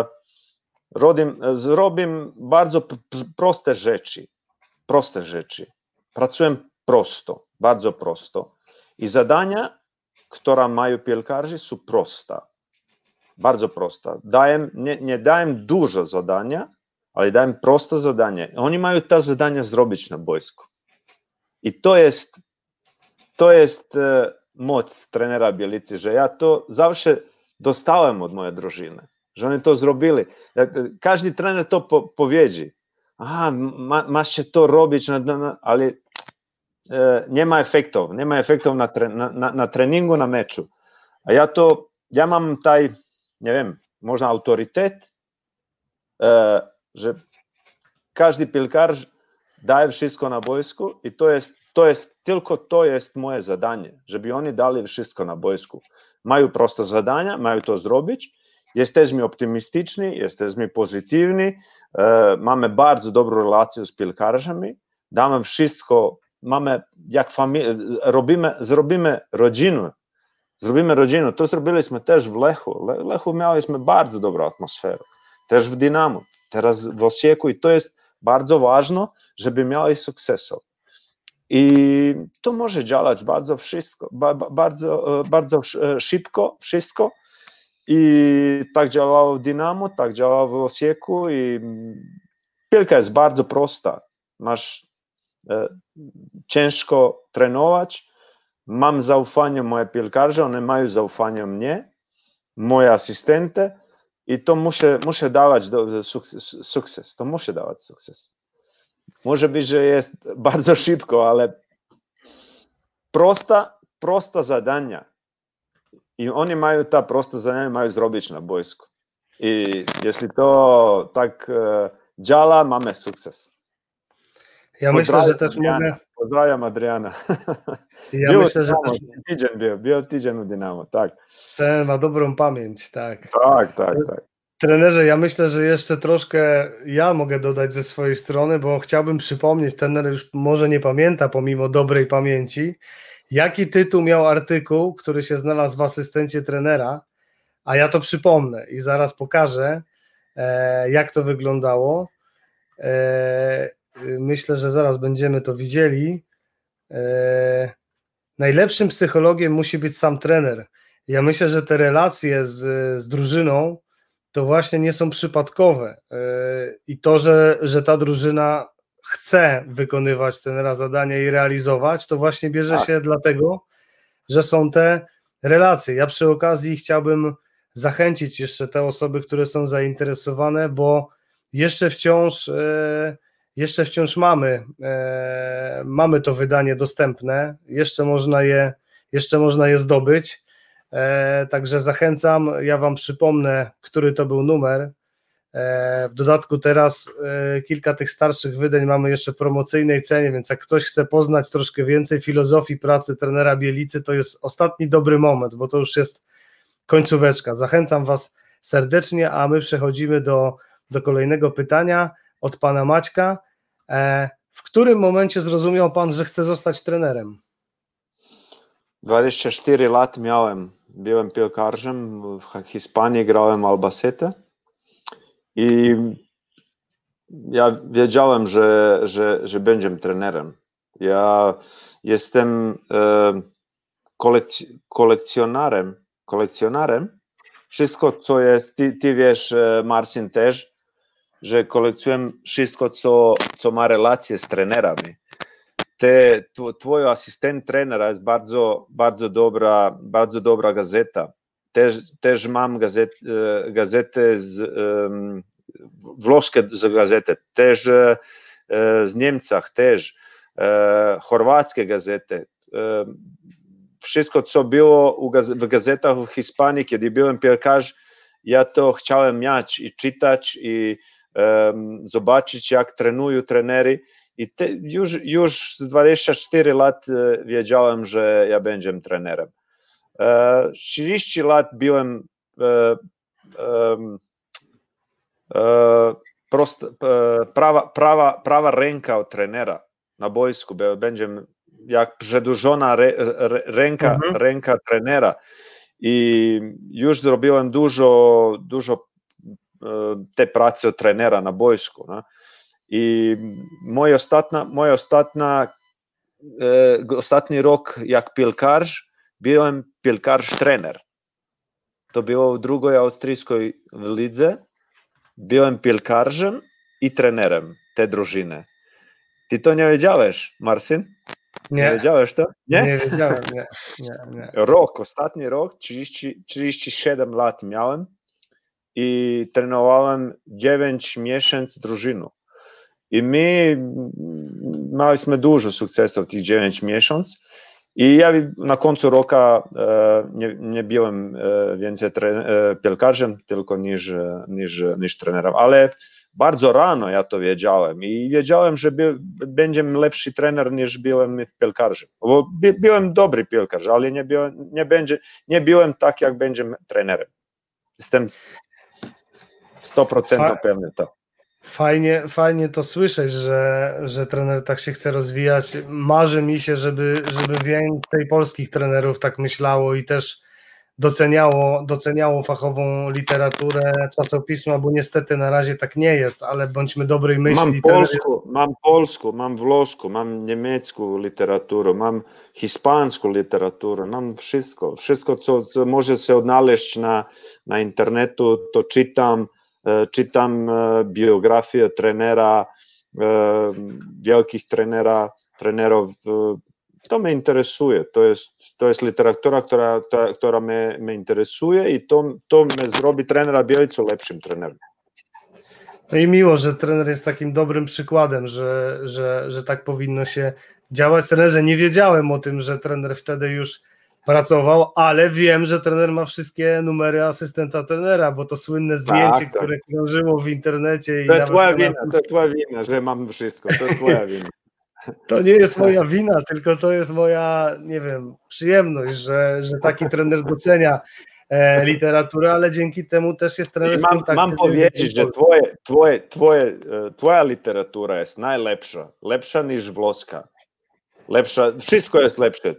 zrobimy bardzo proste rzeczy. Pracuję prosto, bardzo prosto. I zadania, które mają piłkarze, są proste. Bardzo proste. Nie daję dużo zadania, ale daję proste zadania. Oni mają te zadania zrobić na boisku. I to jest moc trenera Bielicy, że ja to zawsze dostałem od mojej drużyny, że oni to zrobili. Każdy trener to powiedzie. Masz się to robić, ale nie ma efektów na treningu, na meczu. A ja to ja mam taj, nie wiem, možda autoritet, że każdy piłkarz daje wszystko na boisku i tylko to jest moje zadanie, żeby oni dali wszystko na boisku. Mają proste zadania, mają to zrobić. Jesteśmy optymistyczni, jesteśmy pozytywni, mamy bardzo dobrą relację z piłkarzami, damy wszystko, mamy jak zrobimy rodzinę. To zrobiliśmy też w Lechu. W Lechu mieliśmy bardzo dobrą atmosferę. Też w Dynamo, teraz w Osieku i to jest bardzo ważne, żeby mieli sukces. I to może działać bardzo szybko wszystko. I tak działało w Dynamo, tak działało w Osieku i piłka jest bardzo prosta. Masz ciężko trenować. Mam zaufanie moje piłkarze, one mają zaufanie mnie, moje asystenty i to muszę dawać sukces. To muszę dawać sukces. Może być, że jest bardzo szybko, ale prosta zadania. I oni mają ta proste zadania, mają zrobić na boisku. I jeśli to tak działa, mamy sukces. Ja myślę, że też mogę... Pozdrawiam Adriana. Ja myślę, że był tydzień u Dynamo, tak. Ten ma dobrą pamięć, tak. Tak. Trenerze, ja myślę, że jeszcze troszkę ja mogę dodać ze swojej strony, bo chciałbym przypomnieć, trener już może nie pamięta pomimo dobrej pamięci, jaki tytuł miał artykuł, który się znalazł w asystencie trenera, a ja to przypomnę i zaraz pokażę, jak to wyglądało. Myślę, że zaraz będziemy to widzieli. Najlepszym psychologiem musi być sam trener. Ja myślę, że te relacje z drużyną to właśnie nie są przypadkowe i to, że ta drużyna chce wykonywać trenera zadania i realizować, to właśnie bierze się dlatego, że są te relacje. Ja przy okazji chciałbym zachęcić jeszcze te osoby, które są zainteresowane, bo jeszcze wciąż mamy to wydanie dostępne, jeszcze można je zdobyć. Także zachęcam, ja wam przypomnę, który to był numer. W dodatku teraz kilka tych starszych wydań mamy jeszcze w promocyjnej cenie, więc jak ktoś chce poznać troszkę więcej filozofii pracy trenera Bielicy, to jest ostatni dobry moment, bo to już jest końcóweczka. Zachęcam was serdecznie, a my przechodzimy do kolejnego pytania od pana Maćka. W którym momencie zrozumiał pan, że chce zostać trenerem? 24 lat miałem. Byłem piłkarzem, w Hiszpanii grałem Albacete i ja wiedziałem, że będę trenerem. Ja jestem kolekcjonarem. Wszystko, co jest, ty wiesz, Marcin też, że kolekcjonuję wszystko, co ma relacje z trenerami. Twój asystent trenera jest bardzo dobra gazeta. Też mam gazetę włoskie gazety, też z Niemcach, też chorwackie gazety. Wszystko, co było w gazetach w Hiszpanii, kiedy byłem piłkarzem, ja to chciałem mieć i czytać i zobaczyć, jak trenują trenery. I już z 24 lat wiedziałem, że ja będę trenerem. 30 lat byłem prawa ręka od trenera na boisku. Będzie jak przedłużona ręka trenera. I już zrobiłem dużo te pracy od trenera na boisku. No? I ostatni rok jak piłkarz, byłem piłkarz-trener. To było w drugiej austrijskiej lidze. Byłem piłkarzem i trenerem tej drużyny. Ty to nie wiedziałeś, Marcin? Nie wiedziałeś to? Nie wiedziałem, nie. Ostatni rok, 37 lat miałem i trenowałem 9 miesięcy drużyną. I my mieliśmy dużo sukcesów w tych 9 miesięcy I ja na końcu roku nie byłem więcej piłkarzem, tylko niż trenerem, ale bardzo rano ja to wiedziałem i wiedziałem, że będę lepszy trener niż byłem piłkarzem. Bo byłem dobry piłkarz, ale nie byłem tak, jak będę trenerem. Jestem 100% pewny to. Fajnie to słyszeć, że trener tak się chce rozwijać. Marzy mi się, żeby więcej polskich trenerów tak myślało i też doceniało fachową literaturę, czasopisma, bo niestety na razie tak nie jest, ale bądźmy dobrej myśli. Mam polską, mam włoską, mam niemiecką literaturę, mam hiszpańską literaturę, mam wszystko co może się odnaleźć na internetu, to czytam biografię trenera, wielkich trenerów. To mnie interesuje. To jest literatura, która mnie interesuje i to mnie zrobi trenera Bielcu lepszym trenerem. No i miło, że trener jest takim dobrym przykładem, że tak powinno się działać. Trenerze, nie wiedziałem o tym, że trener wtedy już pracował, ale wiem, że trener ma wszystkie numery asystenta trenera, bo to słynne zdjęcie, które krążyło w internecie. To jest twoja wina, że mam wszystko, to jest twoja wina. To nie jest moja wina, tylko to jest moja, nie wiem, przyjemność, że taki trener docenia literaturę, ale dzięki temu też jest trener w kontakcie. Mam powiedzieć, że twoja literatura jest najlepsza, lepsza niż włoska. Wszystko jest lepsze.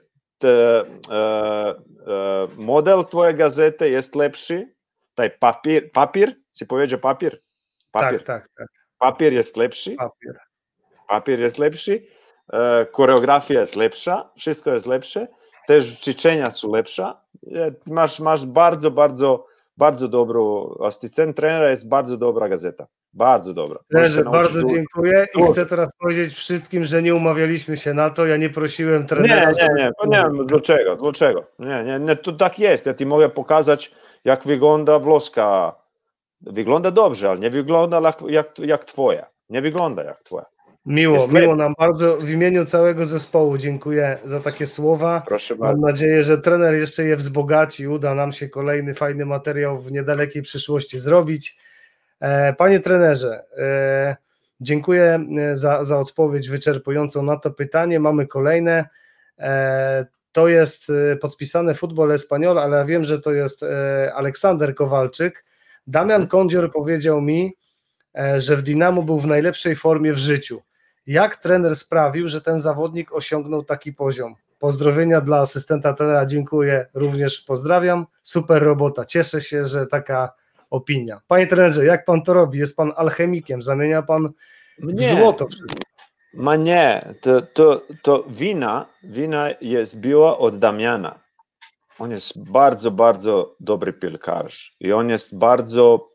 Model twojej gazety jest lepszy, papier, si powiedział papier? Tak. Papier jest lepszy. Papier jest lepszy, choreografia jest lepsza, wszystko jest lepsze, też ćwiczenia są lepsze. Masz bardzo dobrą asystent trenera, jest bardzo dobra gazeta. Bardzo dobra. Bardzo dziękuję i chcę teraz powiedzieć wszystkim, że nie umawialiśmy się na to, ja nie prosiłem trenera. Nie wiem dlaczego. Nie, to tak jest. Ja ci mogę pokazać, jak wygląda włoska. Wygląda dobrze, ale nie wygląda jak twoja. Nie wygląda jak twoja. Miło nam bardzo. W imieniu całego zespołu dziękuję za takie słowa. Proszę bardzo. Mam nadzieję, że trener jeszcze je wzbogaci. Uda nam się kolejny fajny materiał w niedalekiej przyszłości zrobić. Panie trenerze, dziękuję za odpowiedź wyczerpującą na to pytanie. Mamy kolejne. To jest podpisane Fútbol Español, ale ja wiem, że to jest Aleksander Kowalczyk. Damian Kądzior powiedział mi, że w Dynamo był w najlepszej formie w życiu. Jak trener sprawił, że ten zawodnik osiągnął taki poziom? Pozdrowienia dla asystenta trenera, dziękuję, również pozdrawiam. Super robota, cieszę się, że taka opinia. Panie trenerze, jak pan to robi? Jest pan alchemikiem, zamienia pan w złoto. Nie, to wina była od Damiana. On jest bardzo, bardzo dobry piłkarz i on jest bardzo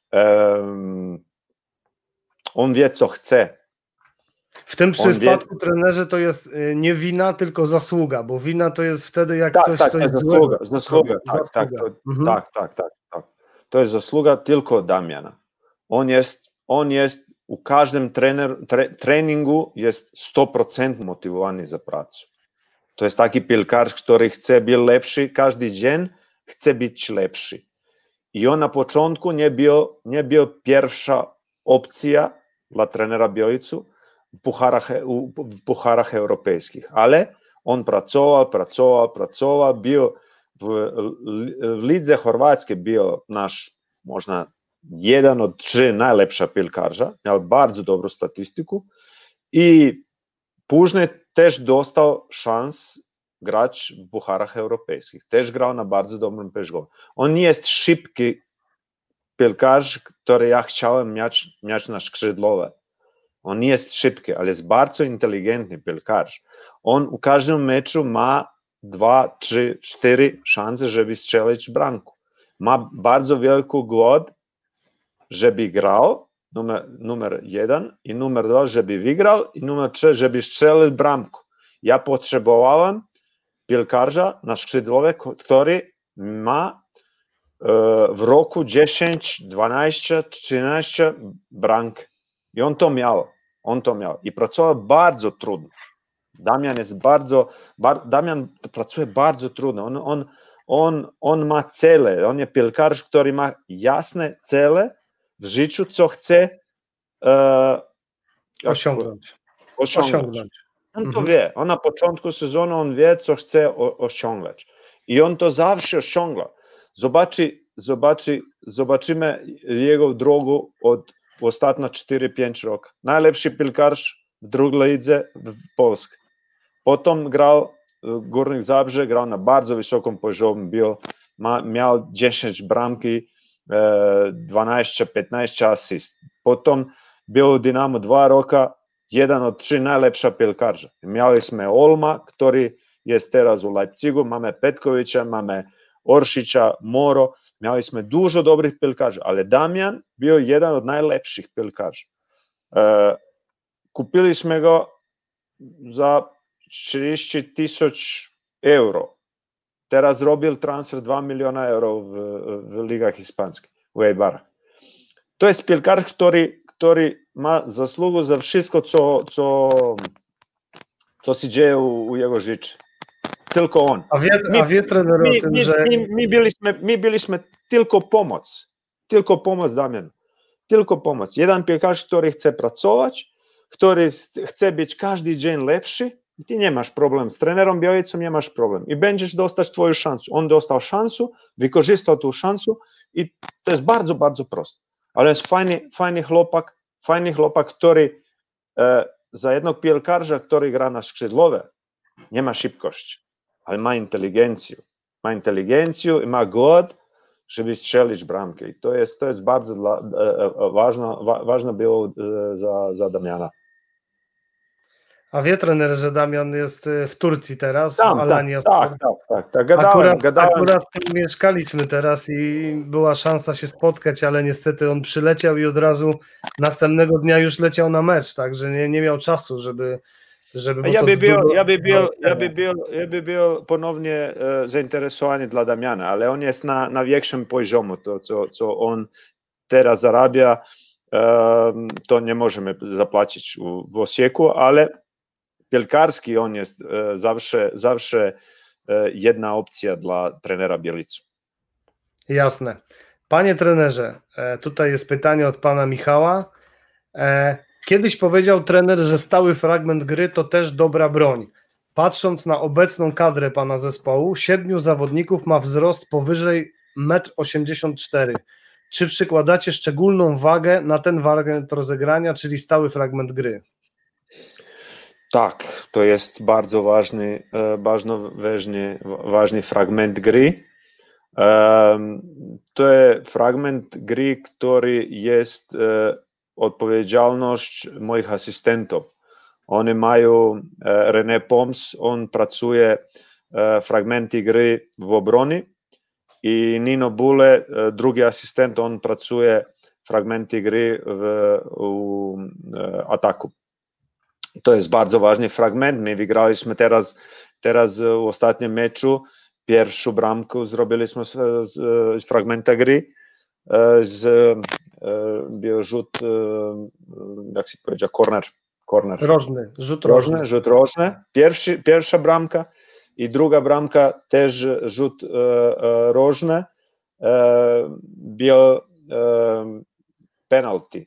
on wie, co chce. W tym przypadku, trenerze, to jest nie wina, tylko zasługa, bo wina to jest wtedy, jak ktoś coś złego. Zasługa. Tak. To jest zasługa tylko Damiana. On jest u każdym treningu jest 100% motywowany za pracę. To jest taki piłkarz, który chce być lepszy każdy dzień, chce być lepszy. I on na początku nie był pierwsza opcja dla trenera Bielcu w pucharach europejskich, ale on pracował, był w lidze chorwackiej, był nasz, można 1 od 3 najlepsza piłkarza, miał bardzo dobrą statystykę i później też dostał szans grać w pucharach europejskich. Też grał na bardzo dobrym poziomie. On nie jest szybki piłkarz, który ja chciałem mieć na skrzydłowe. On nie jest szybki, ale jest bardzo inteligentny piłkarz. On u każdym meczu ma 2, 3, 4 szanse, żeby strzelić bramkę. Ma bardzo wielki głód, żeby grał, numer 1 i numer 2, żeby wygrał i numer 3, żeby strzelił bramkę. Ja potrzebowałem piłkarza na skrzydłowe, który ma w roku 10, 12, 13 bramek. I on to miał. I pracował bardzo trudno. Damian pracuje bardzo trudno. On ma cele. On je piłkarz, który ma jasne cele w życiu, co chce osiągnąć. On to wie. On na początku sezonu on wie, co chce osiągać. I on to zawsze osiąga. Zobaczymy jego drogę od ostatnich 4-5 lat. Najlepszy piłkarz w drugiej lidze w Polsce. Potem grał w Górnik Zabrze, grał na bardzo wysokim poziomie. Miał 10 bramki, 12-15 asyst. Potem był w Dynamo 2 roki, 1 od 3 najlepszych piłkarzy. Mieliśmy Olma, który jest teraz w Leipzigu, mamy Petkovića, mamy Oršića, Moro. Mieliśmy dużo dobrych piłkarzy, ale Damian był jeden od najlepszych piłkarzy. Kupiliśmy go za 30 000 euro. Teraz robił transfer 2 miliona euro w ligach hiszpańskich, w Eibarach. To jest piłkarz, który ma zasługę za wszystko, co się dzieje u jego życiu. Tylko on. A wie trener o tym, że... My byliśmy tylko pomoc. Tylko pomoc Damian. Tylko pomoc. Jeden piłkarz, który chce pracować, który chce być każdy dzień lepszy, i ty nie masz problem. Z trenerem Białicą nie masz problem. I będziesz dostać twoją szansę. On dostał szansę, wykorzystał tą szansę i to jest bardzo, bardzo proste. Ale jest fajny chłopak, który za jednego piłkarza, który gra na skrzydłowe, nie ma szybkości, ale ma inteligencję. Ma inteligencję i ma głód, żeby strzelić bramkę. I to jest bardzo ważne było za Damiana. A wie trener, że Damian jest w Turcji teraz, w Alanii. Tak. Akurat mieszkaliśmy teraz i była szansa się spotkać, ale niestety on przyleciał i od razu następnego dnia już leciał na mecz, także nie miał czasu, żeby Ja by był ponownie zainteresowany dla Damiana, ale on jest na większym poziomie. To, co on teraz zarabia, to nie możemy zapłacić w Osieku, ale piłkarski on jest zawsze jedna opcja dla trenera Bielicy. Jasne. Panie trenerze, tutaj jest pytanie od pana Michała. Kiedyś powiedział trener, że stały fragment gry to też dobra broń. Patrząc na obecną kadrę pana zespołu, 7 zawodników ma wzrost powyżej 1,84 m. Czy przykładacie szczególną wagę na ten wariant rozegrania, czyli stały fragment gry? Tak, to jest bardzo ważny fragment gry. To jest fragment gry, który jest odpowiedzialność moich asystentów. Oni mają René Poms, on pracuje fragmenty gry w obronie i Nino Bule, drugi asystent, on pracuje fragmenty gry w ataku. To jest bardzo ważny fragment. My wygraliśmy teraz w ostatnim meczu. Pierwszą bramkę zrobiliśmy z fragmenta gry. Był rzut, jak się powiedział, corner. Rzut rożny. Pierwsza bramka i druga bramka też rzut rożny. Był penalty.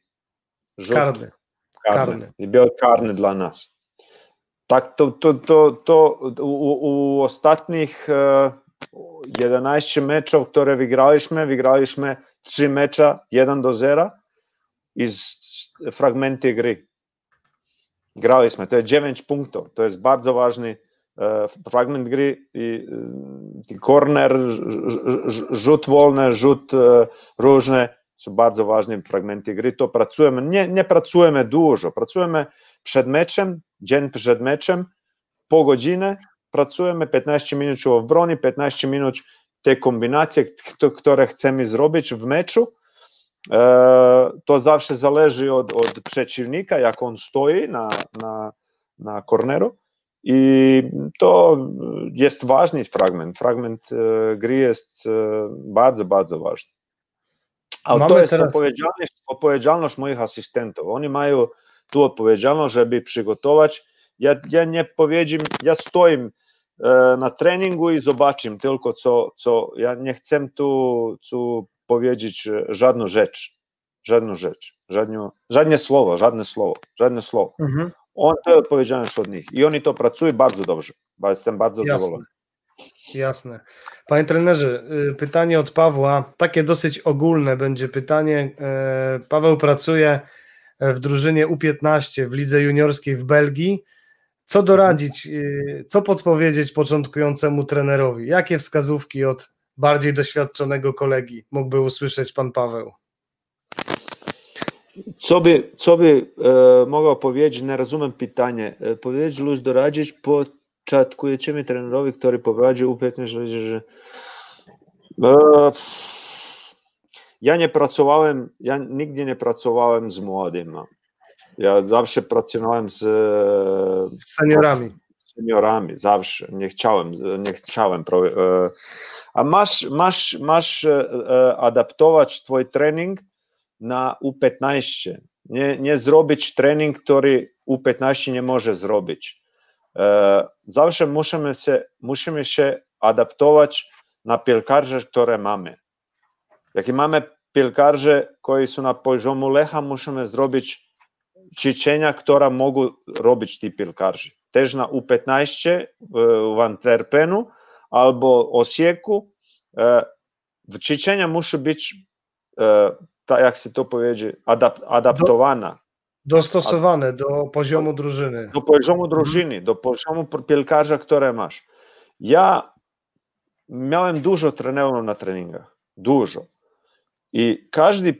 Karny. I był karny dla nas. Tak, to u ostatnich 11 meczów, które wygraliśmy 3 mecze 1-0 i fragmenty gry. Graliśmy, to jest 9 punktów. To jest bardzo ważny fragment gry. Corner, rzut wolny, rzut różny. Są bardzo ważne fragmenty gry. To pracujemy, nie pracujemy dużo. Pracujemy przed meczem, dzień przed meczem, po godzinę. Pracujemy 15 minut w obronie, 15 minut te kombinacje, które chcemy zrobić w meczu. To zawsze zależy od przeciwnika, jak on stoi na korneru. I to jest ważny fragment. Fragment gry jest bardzo, bardzo ważny. Ale to jest odpowiedzialność moich asystentów. Oni mają tu odpowiedzialność, żeby przygotować Ja nie powiedzim, ja stoim na treningu i zobaczim tylko, co ja nie chcę tu powiedzieć żadną rzecz. Żadne słowo. On to powiedziałem od nich i oni to pracują bardzo dobrze, bo jestem bardzo zadowolony. Jasne. Panie trenerze, pytanie od Pawła, takie dosyć ogólne będzie pytanie. Paweł pracuje w drużynie U15 w lidze juniorskiej w Belgii. Co doradzić, co podpowiedzieć początkującemu trenerowi? Jakie wskazówki od bardziej doświadczonego kolegi mógłby usłyszeć pan Paweł? Co by mogło powiedzieć, nie rozumiem pytanie, powiedzieć lub doradzić początkujemy trenerowi, który prowadził U15, że ja nigdy nie pracowałem z młodymi. Ja zawsze pracowałem z seniorami, zawsze. Nie chciałem. A masz adaptować twój trening na U15. Nie zrobić trening, który U15 nie może zrobić. Zawsze musimy się adaptować na piłkarzy, które mamy. Jak mamy piłkarzy, którzy są na poziomu Lecha, musimy zrobić ćwiczenia, które mogą robić ci piłkarze. Też na U15 w Antwerpenu albo Osieku ćwiczenia muszą być, tak jak się to powiedzie, adaptowane. Dostosowane do poziomu drużyny. Do poziomu drużyny, do poziomu piłkarza, które masz. Ja miałem dużo trenerów na treningach. Dużo. I każdy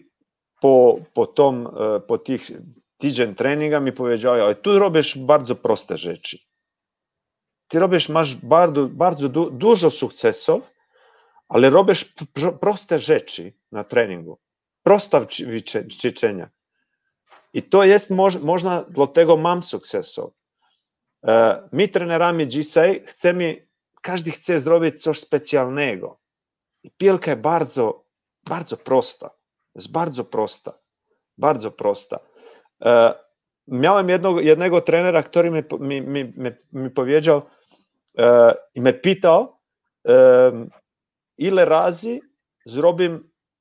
po tych tydzień treninga mi powiedział, ale tu robisz bardzo proste rzeczy. Masz bardzo dużo sukcesów, ale robisz proste rzeczy na treningu. Proste ćwiczenia. I to jest można, dlatego mam sukcesów. My trenerami dzisiaj każdy chce zrobić coś specjalnego. I piłka jest bardzo prosta. Jest bardzo prosta. Miałem jednego trenera, który mi powiedział i mnie pytał, ile razy zrobię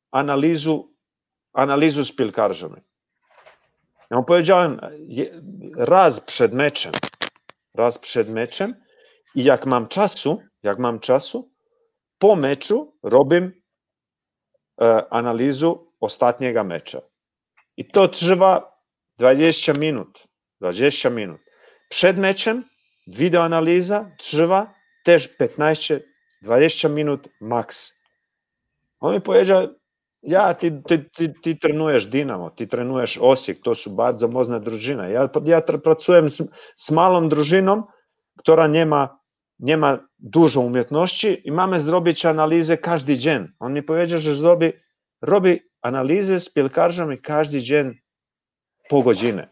analizu z piłkarzami. Ja mu powiedziałem, raz przed meczem i jak mam czasu, po meczu robię analizę ostatniego mecza. I to trwa 20 minut. Przed meczem wideoanaliza trwa też 15-20 minut max. On mi powiedział, ty trenujesz Dinamo, ty trenujesz Osijek, to są bardzo mocne drużyny. Ja pracuję z małą drużyną, która nie ma dużo umiejętności i mamy zrobić analizę każdy dzień. On mi powiedział, że robi analizę z piłkarzami każdy dzień po godzinę.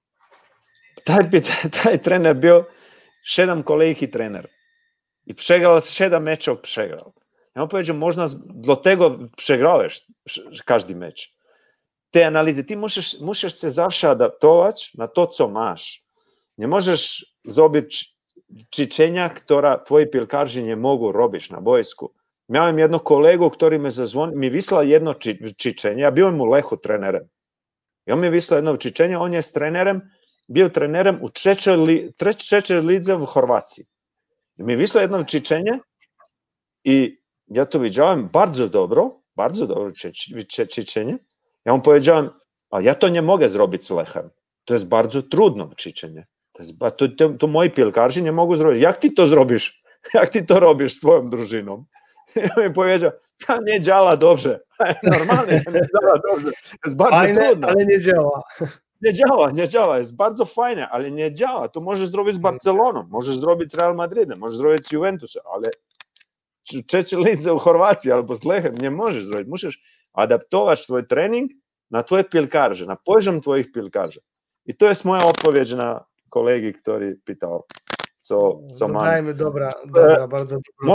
Taj trener był 7 kolejki trener i przegrał 7 meczów. Ja mu powiedział, dlatego przegrałeś każdy mecz. Te analizy, ty musisz się zawsze adaptować na to, co masz. Nie możesz zrobić ćwiczenia, które twoi piłkarze nie mogą robić na boisku. Miałem jedno kolegu, który mi wysłał jedno ćwiczenie, ja byłem u Lechu trenerem. I on mi wysłał jedno ćwiczenie, on jest był trenerem u trzeciej lidze w Chorwacji. I mi wysłał jedno ćwiczenie i ja to widziałem bardzo dobro ćwiczenie. Ja mu powiedziałem, a ja to nie mogę zrobić z Lechem. To jest bardzo trudne ćwiczenie. To moi piłkarze nie mogą zrobić. Jak ty to zrobisz? Jak ty to robisz z twoją drużyną? Ja mi powiedział, to nie działa dobrze. Normalnie nie działa dobrze. To jest bardzo fajne, trudne. Ale nie działa. Nie działa. Jest bardzo fajne, ale nie działa. To możesz zrobić z Barceloną, możesz zrobić z Real Madridem, możesz zrobić z Juventusem, ale trzeciej lidze w Chorwacji albo z Lechem nie możesz zrobić. Musisz adaptować twój trening na twoje piłkarze, na poziom twoich piłkarzy. I to jest moja odpowiedź na kolegi, który pytał, co mam. Dajmy, dobra, bardzo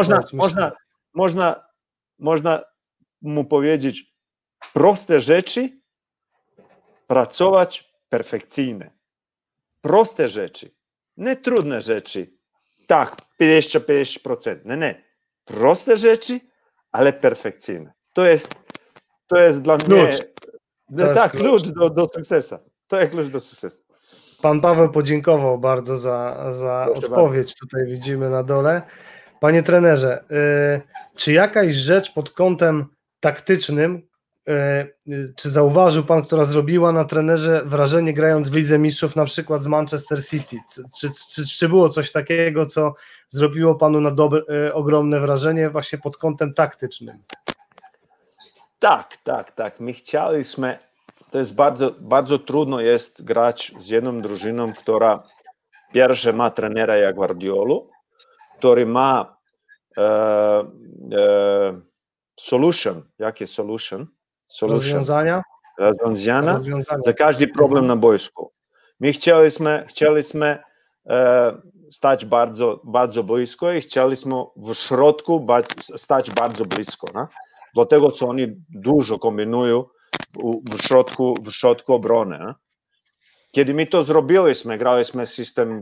można mu powiedzieć proste rzeczy, pracować perfekcyjnie. Proste rzeczy. nie trudne rzeczy, tak, 50%, nie, proste rzeczy, ale perfekcyjne. To jest dla mnie, tak, klucz do sukcesu. To jest klucz do sukcesu. Pan Paweł podziękował bardzo za odpowiedź, tutaj widzimy na dole. Panie trenerze, czy jakaś rzecz pod kątem taktycznym, czy zauważył pan, która zrobiła na trenerze wrażenie grając w Lidze Mistrzów, na przykład z Manchester City? Czy było coś takiego, co zrobiło panu na ogromne wrażenie właśnie pod kątem taktycznym? Tak. My chcieliśmy, to jest bardzo trudno jest grać z jedną drużyną, która pierwsze ma trenera jak Guardiolu, który ma solution. Jakie solution? Rozwiązania za każdy problem na boisku. My chcieliśmy stać bardzo blisko i chcieliśmy w środku stać bardzo blisko. No? Dlatego, co oni dużo kombinują w środku obrony. No? Kiedy my to zrobiliśmy, graliśmy system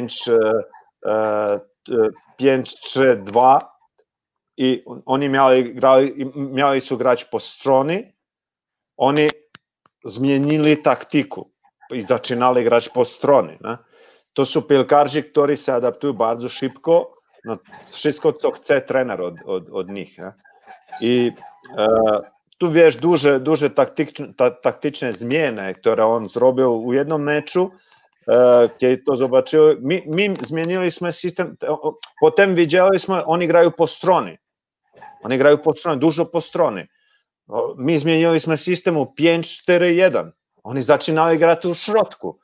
5-3-2 i oni mieli grać po stronie, oni zmienili taktykę i zaczynali grać po stronie. Ne? To są piłkarze, którzy się adaptują bardzo szybko na wszystko, co chce trener od nich. Ne? I tu wiesz, duże taktyczne zmiany, które on zrobił w jednym meczu, kiedy to zobaczył, my zmieniliśmy system, potem widzieliśmy, oni grają po stronie. Dużo po stronie. My zmieniliśmy system 5-4-1. Oni zaczynali grać w środku.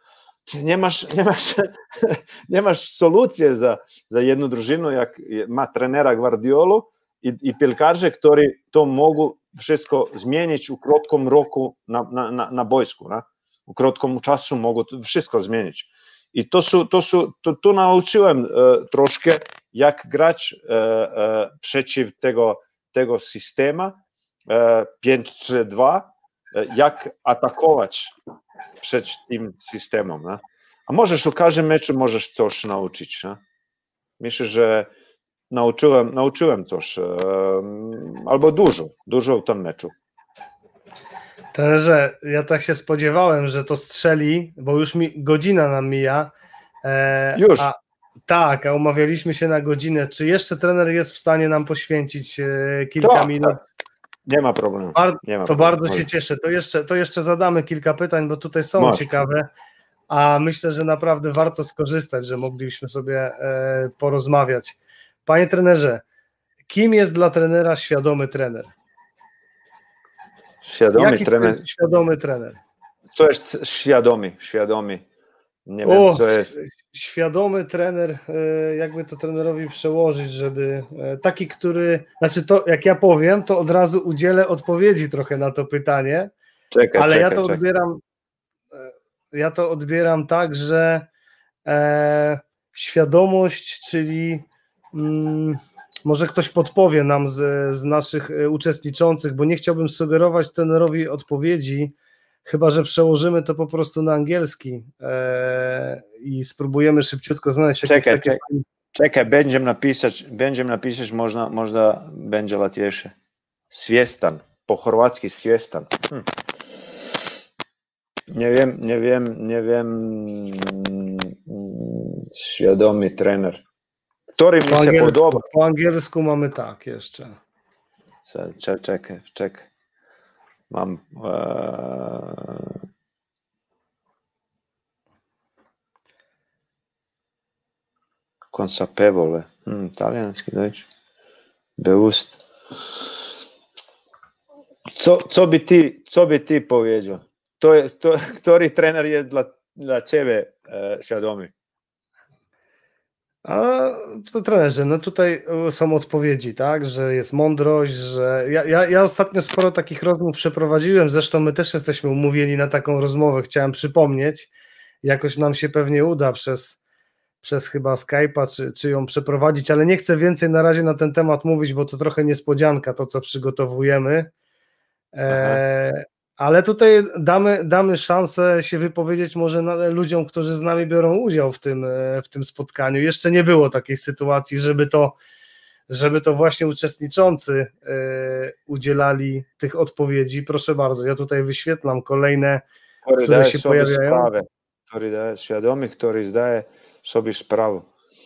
Nie masz solucji za jedną drużynę, jak ma trenera Guardiolu i piłkarze, którzy to mogą wszystko zmienić w krótkim roku na boisku. W krótkim czasu mogą wszystko zmienić. I to nauczyłem troszkę, jak grać przeciw tego systemu 5-3-2, jak atakować przed tym systemem. Ne? A możesz w każdym meczu możesz coś nauczyć. Ne? Myślę, że nauczyłem coś, albo dużo w tym meczu. Trenerze, ja tak się spodziewałem, że to strzeli, bo już godzina nam mija. Już? A umawialiśmy się na godzinę. Czy jeszcze trener jest w stanie nam poświęcić kilka minut? Tak. Nie ma problemu. Bardzo się cieszę. To jeszcze zadamy kilka pytań, bo tutaj są ciekawe, a myślę, że naprawdę warto skorzystać, że mogliśmy sobie porozmawiać. Panie trenerze, kim jest dla trenera świadomy trener? Jaki trener? Jest świadomy trener? Co jest świadomy? Nie wiem, co jest. Świadomy trener, jakby to trenerowi przełożyć, żeby taki, który, znaczy to jak ja powiem, to od razu udzielę odpowiedzi trochę na to pytanie, ale ja to odbieram tak, że świadomość, czyli może ktoś podpowie nam z naszych uczestniczących, bo nie chciałbym sugerować trenerowi odpowiedzi, chyba że przełożymy to po prostu na angielski i spróbujemy szybciutko znaleźć jakieś Czekaj, będziemy napisać, można będzie łatwiejsze. Svijestan, po chorwacki svijestan. Nie wiem, świadomy trener. Który mi się podoba. Po angielsku mamy tak jeszcze. Czekaj. Mam consapevole. Talijanski, Deutsch. Bewusst. Co by ty powiedział? Który trener jest dla ciebie świadomy? A to trenerze, no tutaj są odpowiedzi, tak, że jest mądrość, że ja ostatnio sporo takich rozmów przeprowadziłem, zresztą my też jesteśmy umówieni na taką rozmowę, chciałem przypomnieć, jakoś nam się pewnie uda przez chyba Skype'a, czy ją przeprowadzić, ale nie chcę więcej na razie na ten temat mówić, bo to trochę niespodzianka, to co przygotowujemy, Ale tutaj damy szansę się wypowiedzieć może ludziom, którzy z nami biorą udział w tym spotkaniu. Jeszcze nie było takiej sytuacji, żeby to właśnie uczestniczący udzielali tych odpowiedzi. Proszę bardzo, ja tutaj wyświetlam kolejne, które się pojawiają. Który daje świadomy, który zdaje sobie sprawę.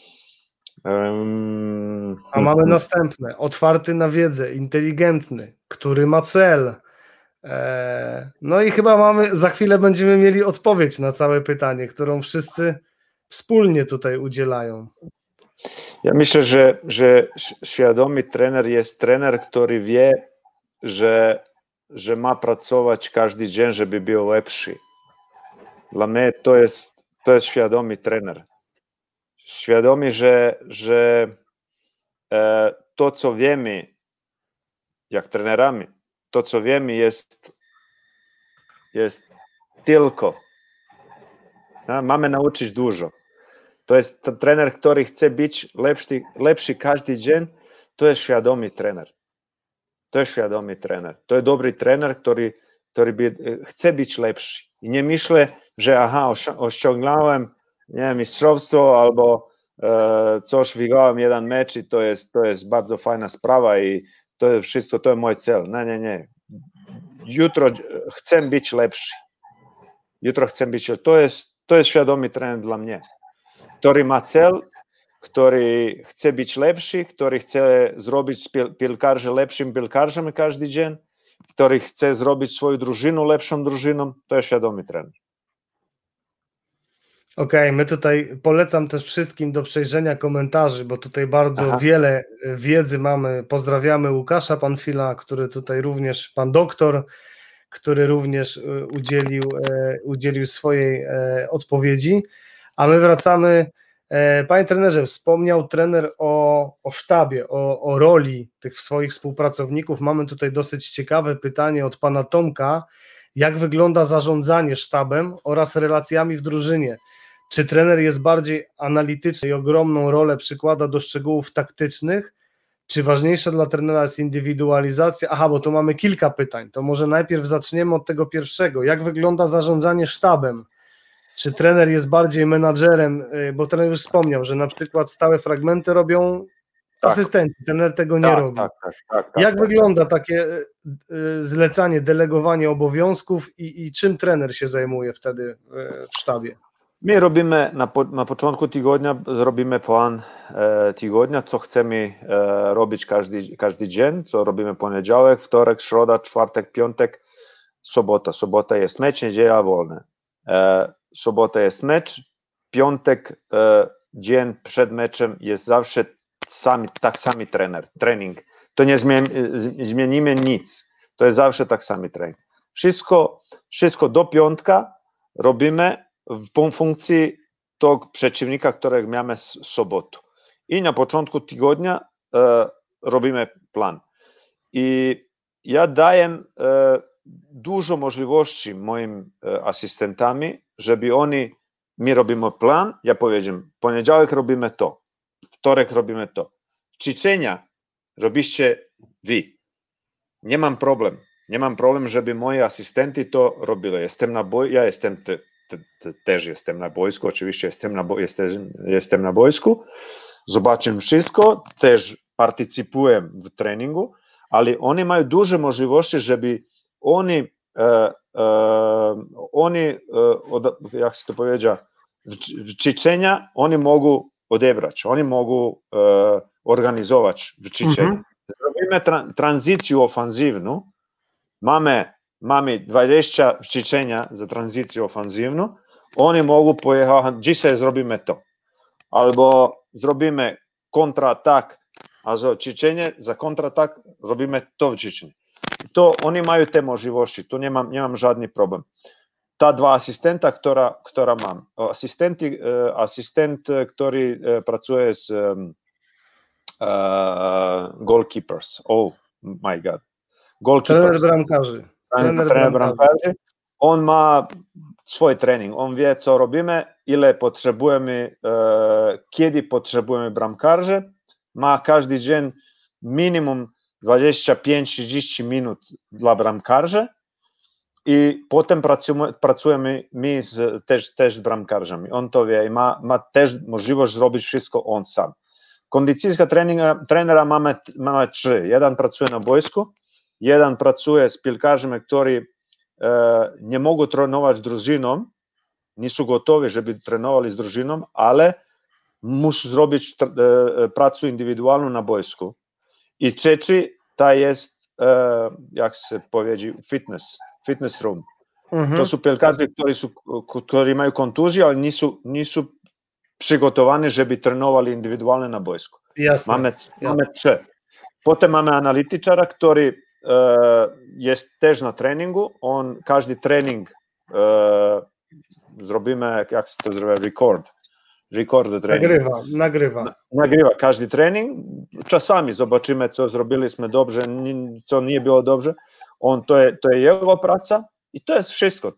A mamy następne. Otwarty na wiedzę, inteligentny, który ma cel. No i chyba za chwilę będziemy mieli odpowiedź na całe pytanie, którą wszyscy wspólnie tutaj udzielają. Ja myślę, że świadomy trener jest trener, który wie, że ma pracować każdy dzień, żeby był lepszy. Dla mnie to jest świadomy trener. Świadomy, że to, co wiemy, jak trenerami, to, co wiemy, jest tylko. Mamy nauczyć dużo. To jest trener, który chce być lepszy każdy dzień. To jest świadomy trener. To jest świadomy trener. To jest dobry trener, który chce być lepszy. I nie myślę, że osiągnąłem mistrzostwo albo coś wygrałem jeden mecz i to jest bardzo fajna sprawa i to jest wszystko, to jest mój cel. Nie. Jutro chcę być lepszy. To jest świadomy trener dla mnie, który ma cel, który chce być lepszy, który chce zrobić piłkarzy lepszym piłkarzem każdy dzień, który chce zrobić swoją drużynę lepszą drużyną, to jest świadomy trener. Okej, my tutaj polecam też wszystkim do przejrzenia komentarzy, bo tutaj bardzo wiele wiedzy mamy. Pozdrawiamy Łukasza Panfila, który tutaj również, pan doktor, który również udzielił swojej odpowiedzi. A my wracamy. Panie trenerze, wspomniał trener o sztabie, o roli tych swoich współpracowników. Mamy tutaj dosyć ciekawe pytanie od pana Tomka. Jak wygląda zarządzanie sztabem oraz relacjami w drużynie? Czy trener jest bardziej analityczny i ogromną rolę przykłada do szczegółów taktycznych? Czy ważniejsza dla trenera jest indywidualizacja? Bo tu mamy kilka pytań. To może najpierw zaczniemy od tego pierwszego. Jak wygląda zarządzanie sztabem? Czy trener jest bardziej menadżerem, bo trener już wspomniał, że na przykład stałe fragmenty robią asystenci, trener tego nie robi. Jak wygląda takie zlecanie, delegowanie obowiązków i czym trener się zajmuje wtedy w sztabie? My robimy na początku tygodnia, zrobimy plan tygodnia, co chcemy robić każdy dzień, co robimy poniedziałek, wtorek, środa, czwartek, piątek, sobota. Sobota jest mecz, niedziela wolne. Sobota jest mecz, piątek, dzień przed meczem jest zawsze tak sami trening. To nie zmienimy nic. To jest zawsze tak sami trening. Wszystko do piątka robimy w funkcji tego przeciwnika, którego mamy w sobotę. I na początku tygodnia robimy plan. I ja daję dużo możliwości moim asystentami, żeby my robimy plan, ja powiedziałem, poniedziałek robimy to, wtorek robimy to. Ćwiczenia robicie wy. Nie mam problem, żeby moi asystenci to robili. Ja jestem też jestem na boisku, oczywiście jestem na boisku, zobaczę wszystko, też partycypuję w treningu, ale oni mają duże możliwości, żeby oni jak się to powiedział, w ćwiczenia oni mogą odebrać, oni mogą organizować w ćwiczeniu. Robimy tranzycję ofensywną, mamy 20 ćwiczenia za tranzycję ofensywną, oni mogą pojechać, dzisiaj zrobimy to, albo zrobimy kontratak, a za ćwiczenie, za kontratak robimy to ćwiczenie. To oni mają te możliwości, tu nie mam żadny problem. Ta dwa asystenta, która mam. Asystent, który pracuje z goalkeepers. Oh my God. Trener bramkarzy. Trener bramkarzy. On ma swój trening. On wie, co robimy, ile potrzebujemy, kiedy potrzebujemy bramkarzy. Ma każdy dzień minimum 25-30 minut dla bramkarzy i potem pracujemy my też z bramkarzami. On to wie i ma też możliwość zrobić wszystko on sam. Kondycyjska trenera mamy 3. Jeden pracuje na boisku, jeden pracuje z piłkarzami, którzy nie mogą trenować z drużyną, nie są gotowi, żeby trenowali z drużyną, ale muszą zrobić pracę indywidualną na boisku. I trzeci to jest, jak się powiedzie, fitness room. To są piłkarze, którzy mają kontuzję, ale nie są przygotowani, żeby trenowali indywidualnie na boisku. Mamy 3. Potem mamy analityczara, który jest też na treningu. Każdy trening zrobimy, jak się to nazywa, record trening. Nagrywa każdy trening. Czasami zobaczymy, co zrobiliśmy dobrze, co nie było dobrze. To jest jego praca i to jest wszystko.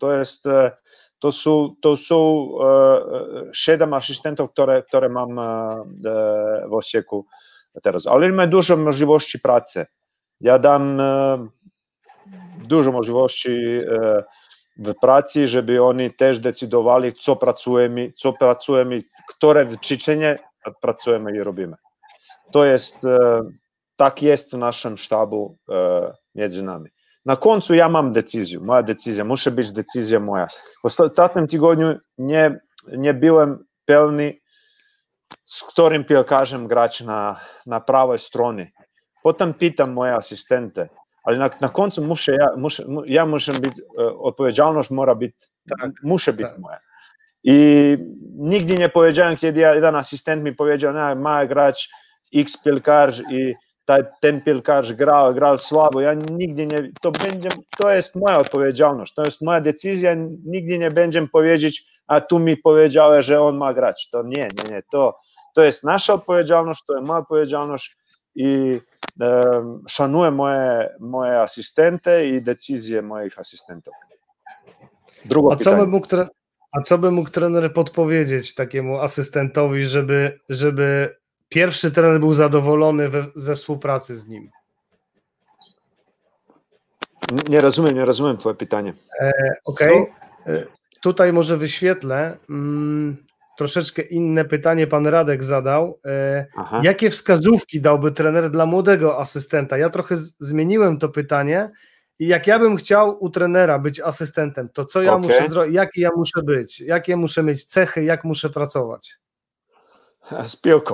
To są 7 asystentów, które mam w Osieku teraz. Ale mamy dużo możliwości pracy. Ja dam dużo możliwości w pracy, żeby oni też decydowali, co pracujemy, które wyczynienie pracujemy i robimy. To jest, tak jest w naszym sztabu między nami. Na końcu ja mam decyzję, moja decyzja, musi być decyzja moja. W ostatnim tygodniu nie byłem pewny, z którym piłkarzem grać na prawej stronie. Potem pytam moje asystente, ale na końcu muszę być, odpowiedzialność musi być moja. I nigdy nie powiedziałem, kiedy jeden asystent mi powiedział, ma grać X piłkarz i ten piłkarz grał słabo. Ja nigdy nie, to jest moja odpowiedzialność, to jest moja decyzja, nigdy nie będę powiedzieć, a tu mi powiedziałeś, że on ma grać. To nie, to jest nasza odpowiedzialność, to jest moja odpowiedzialność i szanuję moje asystenty i decyzje moich asystentów. Co by mógł trener podpowiedzieć takiemu asystentowi, żeby pierwszy trener był zadowolony ze współpracy z nim? Nie rozumiem twoje pytanie. Okej. Tutaj może wyświetlę. Troszeczkę inne pytanie pan Radek zadał. Jakie wskazówki dałby trener dla młodego asystenta? Ja trochę zmieniłem to pytanie i jak ja bym chciał u trenera być asystentem, to co ja muszę zrobić, jaki ja muszę być, jakie muszę mieć cechy, jak muszę pracować? Z piłką.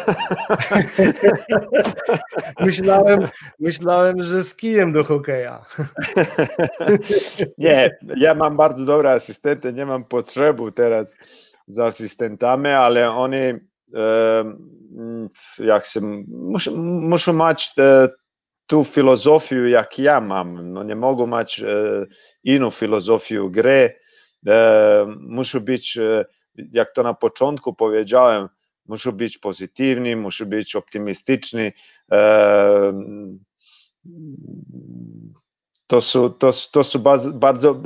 Myślałem, że z kijem do hokeja. Nie, ja mam bardzo dobre asystenty, nie mam potrzeby teraz z asystentami, ale oni muszą mieć tą filozofię, jak ja mam. No nie mogą mieć inną filozofię gry. Muszą być, jak to na początku powiedziałem, muszą być pozytywni, muszą być optymistyczni. To są bardzo,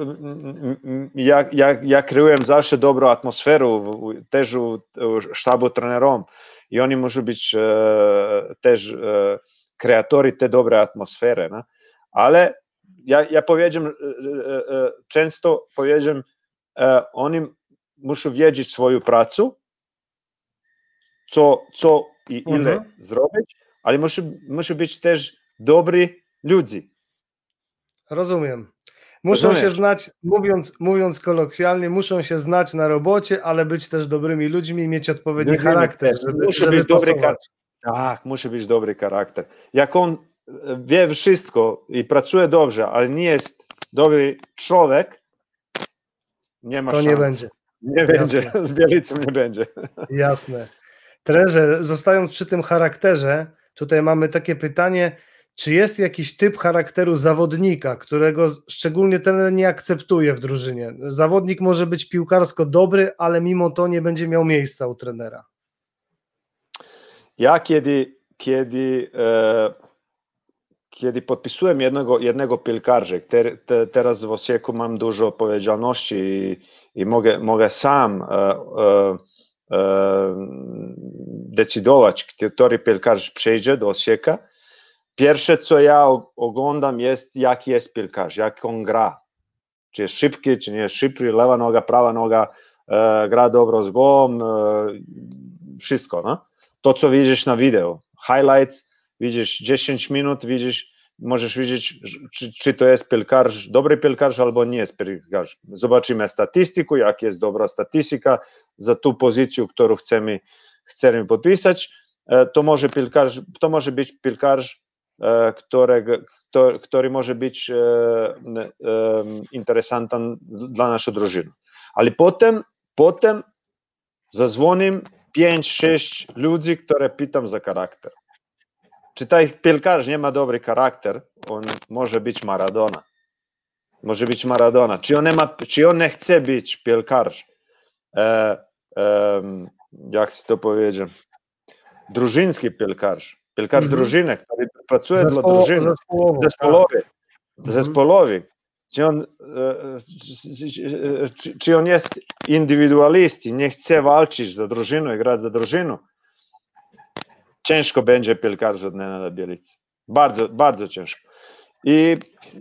ja kryłem zawsze dobrą atmosferę też u sztabu trenerom i oni muszą być też kreatori tej dobrej atmosfery. No? Ale ja powiedziałem, często powiedziałem, oni muszą wiedzieć swoją pracę, co i ile zrobić, ale muszą być też dobrzy ludzie. Rozumiem. Muszą się znać, mówiąc kolokwialnie, muszą się znać na robocie, ale być też dobrymi ludźmi, mieć odpowiedni charakter, musi być dobry charakter. Tak, musi być dobry charakter. Jak on wie wszystko i pracuje dobrze, ale nie jest dobry człowiek, nie ma szans. Nie będzie. Nie będzie, z Bielicą nie będzie. Jasne. Trenerze, zostając przy tym charakterze, tutaj mamy takie pytanie, czy jest jakiś typ charakteru zawodnika, którego szczególnie trener nie akceptuje w drużynie? Zawodnik może być piłkarsko dobry, ale mimo to nie będzie miał miejsca u trenera. Ja kiedy podpisuję jednego piłkarza, teraz w Osieku mam dużo odpowiedzialności i mogę sam decydować, który piłkarz przyjdzie do Osieka. Pierwsze, co ja oglądam jest, jaki jest piłkarz, jak on gra. Czy jest szybki, czy nie jest szybki, lewa noga, prawa noga, gra dobro z głową, wszystko, no? To, co widzisz na wideo, highlights, widzisz 10 minut, możesz widzieć, czy to jest piłkarz, dobry piłkarz, albo nie jest piłkarz. Zobaczymy statystykę, jak jest dobra statystyka za tą pozycję, którą chcemy podpisać. To może być piłkarz, który może być interesantny dla naszej drużyny. Ale potem zadzwonię 5-6 ludzi, które pytam za charakter. Czy ten piłkarz nie ma dobry charakter, on może być Maradona. Może być Maradona. Czy on nie chce być piłkarz? Jak się to powiedzie? Drużynski piłkarz. Piłkarz drużyny, który pracuje dla drużyny. Zespołowy. Czy on jest indywidualist i nie chce walczyć za drużynę i grać za drużynę? Ciężko będzie piłkarz od Nenada Bielicy. Bardzo, bardzo ciężko. I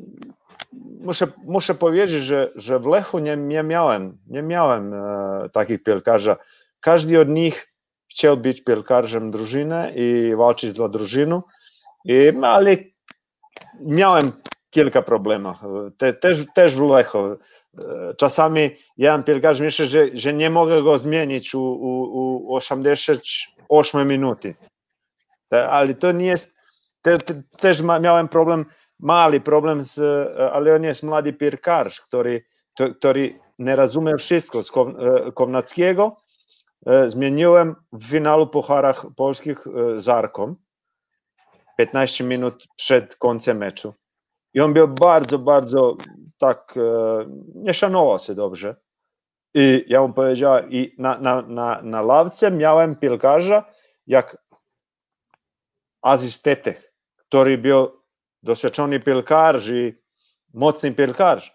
muszę powiedzieć, że w Lechu nie miałem takich piłkarzy. Każdy od nich chciał być piłkarzem drużyny i walczyć dla drużyny, ale miałem kilka problemów. Też w Lechu. Czasami ja piłkarz myślę, że nie mogę go zmienić u 88 minuty. Ale to nie jest, też miałem mały problem, ale on jest młody piłkarz, który nie rozumie wszystko. Z Kownackiego zmieniłem w finalu Pucharach Polskich z Arką 15 minut przed końcem meczu. I on był bardzo, bardzo tak, nie szanował się dobrze. I ja mu powiedziałem, i na ławce miałem piłkarza jak Aziz Teteh, który był doświadczony piłkarz i mocny piłkarz.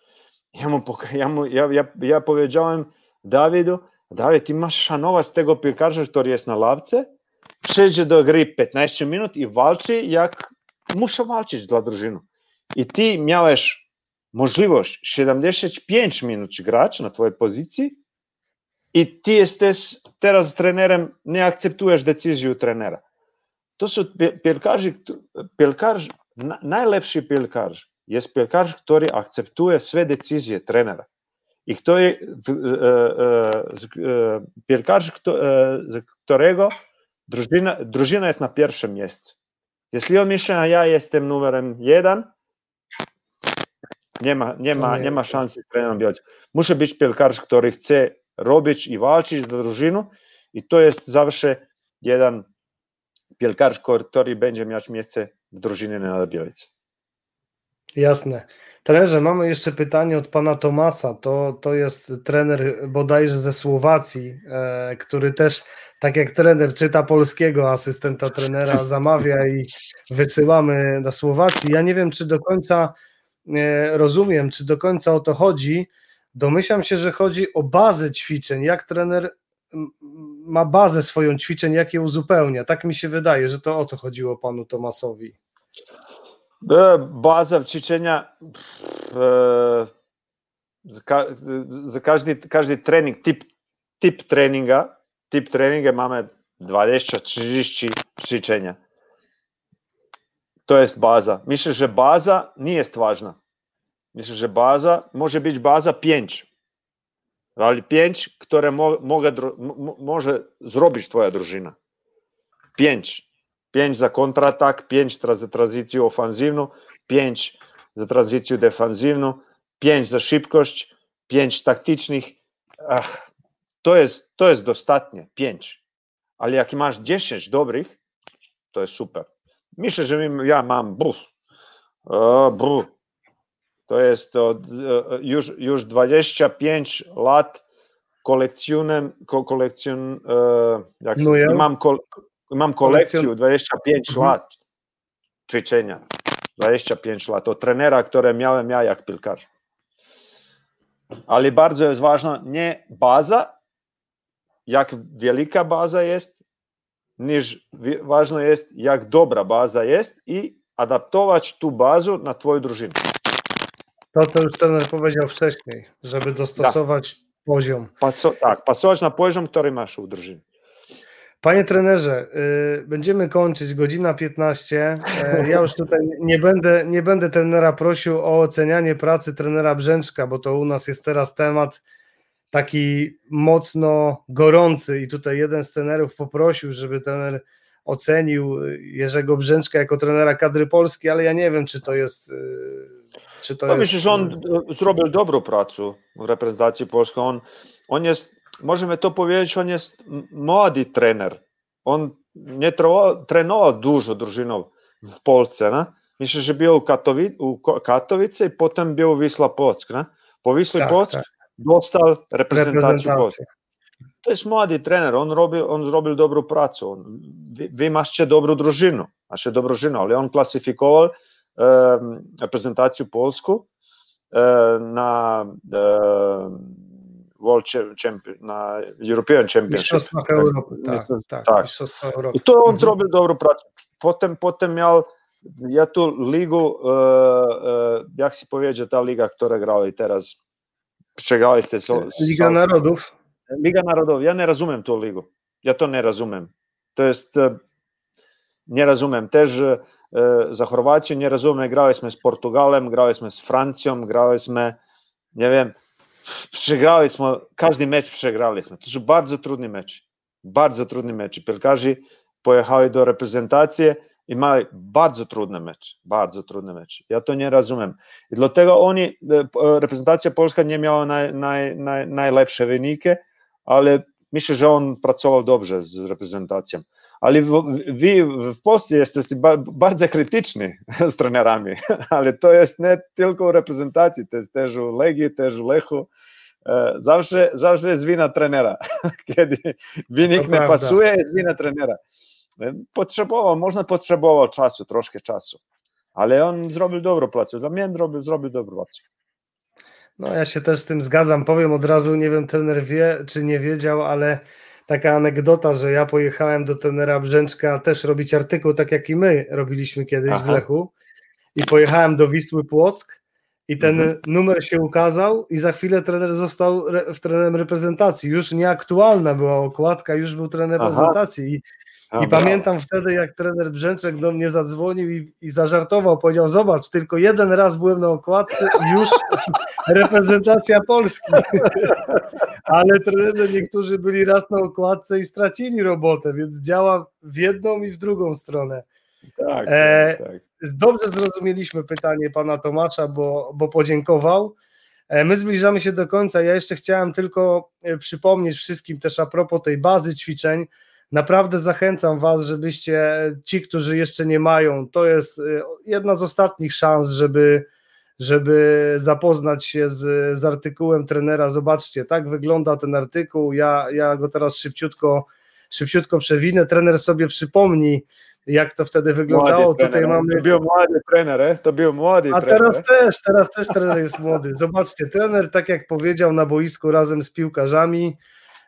Ja powiedziałem Dawidu, Dawid, ty masz szanować tego piłkarza, który jest na ławce, przejdzie do gry 15 minut i walczy, jak muszę walczyć dla drużyny. I ty miałeś możliwość 75 minut grać na twojej pozycji i ty jesteś teraz trenerem, nie akceptujesz decyzji trenera. To są piłkarze, najlepszy piłkarz jest piłkarz, który akceptuje swoje decyzje trenera. I piłkarz, z którego drużyna jest na pierwszym miejscu. Jeśli on myśli, a ja jestem numerem 1, nie ma szansy z trenerem Bielcy. Musi być piłkarz, który chce robić i walczyć z drużyną i to jest zawsze jeden piłkarz, który będzie miał miejsce w drużynie Nenada Bielicy. Jasne. Trenerze, mamy jeszcze pytanie od pana Tomasa. To jest trener bodajże ze Słowacji, który też, tak jak trener czyta polskiego asystenta trenera, zamawia i wysyłamy do Słowacji. Ja nie wiem, czy do końca rozumiem, czy do końca o to chodzi. Domyślam się, że chodzi o bazę ćwiczeń. Jak trener ma bazę swoją ćwiczeń, jak je uzupełnia. Tak mi się wydaje, że to o to chodziło panu Tomasowi. Baza ćwiczenia, za każdy trening, typ treninga mamy 20-30 ćwiczenia. To jest baza. Myślę, że baza nie jest ważna. Myślę, że baza może być baza 5. Ale 5, które może zrobić twoja drużyna. 5 za kontratak, 5 za tranzycję ofensywną, 5 za tranzycję defensywną, 5 za szybkość, 5 taktycznych. To jest dostatnie, 5. Ale jak masz 10 dobrych, to jest super. Myślę, że ja mam to jest już 25 lat mam kolekcję 25 lat ćwiczenia. 25 lat. Od trenera, które miałem ja jak piłkarz. Ale bardzo jest ważna nie baza, jak wielka baza jest, niż ważne jest, jak dobra baza jest i adaptować tu bazę na twoją drużynę. To już trener powiedział wcześniej, żeby dostosować poziom. Pasować na poziom, który masz u drużyny. Panie trenerze, będziemy kończyć, godzina 15. Ja już tutaj nie będę trenera prosił o ocenianie pracy trenera Brzęczka, bo to u nas jest teraz temat taki mocno gorący i tutaj jeden z trenerów poprosił, żeby trener ocenił Jerzego Brzęczka jako trenera kadry polskiej, ale ja nie wiem, czy to jest... Myślę, że on zrobił dobrą pracę w reprezentacji polskiej. On jest, możemy to powiedzieć, on jest młody trener. On nie trenował dużo drużynów w Polsce. Ne? Myślę, że był u Katowice i potem był Wisła Płock. Ne? Po Wisły Płock dostał reprezentację Polski. To jest młody trener, on zrobił dobrą pracę. Wy macie dobrą drużynę, ale on klasyfikował reprezentację polską na World Champion, na European Championship. Mistrzostwach Europy, tak. Mistrzostwa Europy. I to on zrobił dobrą pracę. Potem miał, ja tu ligę, jak się powiedzieć, ta liga, która grała i teraz, przegraliście. Liga Narodów. Liga Narodów, ja nie rozumiem tą ligę. Ja to nie rozumiem. To jest, nie rozumiem. Też za Chorwację nie rozumiem. Graliśmy z Portugalem, graliśmy z Francją, graliśmy, nie wiem, przegraliśmy, każdy mecz przegraliśmy. To są bardzo trudny mecz. Bardzo trudny mecz. Piłkarze pojechali do reprezentacji i mieli bardzo trudny mecz. Ja to nie rozumiem. I dlatego reprezentacja polska nie miała najlepsze wyniki, ale myślę, że on pracował dobrze z reprezentacją. Ale wy w Polsce jesteście bardzo krytyczni z trenerami, ale to jest nie tylko reprezentacji, to jest też u Legii, też u Lechu. Zawsze jest wina trenera. Kiedy wynik nie pasuje, jest wina trenera. Można potrzebował czasu, troszkę czasu, ale on zrobił dobrą pracę. Dla mnie zrobił dobrą pracę. No ja się też z tym zgadzam. Powiem od razu, nie wiem, trener wie, czy nie wiedział, ale taka anegdota, że ja pojechałem do trenera Brzęczka też robić artykuł, tak jak i my robiliśmy kiedyś w Lechu i pojechałem do Wisły Płock i ten numer się ukazał i za chwilę trener został trenerem reprezentacji. Już nieaktualna była okładka, już był trener reprezentacji i pamiętam wtedy, jak trener Brzęczek do mnie zadzwonił i zażartował, powiedział: zobacz, tylko jeden raz byłem na okładce i już reprezentacja Polski. Ale trenerzy niektórzy byli raz na okładce i stracili robotę, więc działa w jedną i w drugą stronę. Tak. Dobrze zrozumieliśmy pytanie pana Tomasza, bo podziękował. My zbliżamy się do końca. Ja jeszcze chciałem tylko przypomnieć wszystkim też a propos tej bazy ćwiczeń. Naprawdę zachęcam was, żebyście, ci, którzy jeszcze nie mają, to jest jedna z ostatnich szans, żeby zapoznać się z artykułem trenera. Zobaczcie, tak wygląda ten artykuł. Ja go teraz szybciutko przewinę. Trener sobie przypomni, jak to wtedy wyglądało. Tutaj mamy... To był młody trener, A teraz też trener jest młody. Zobaczcie, trener, tak jak powiedział, na boisku razem z piłkarzami.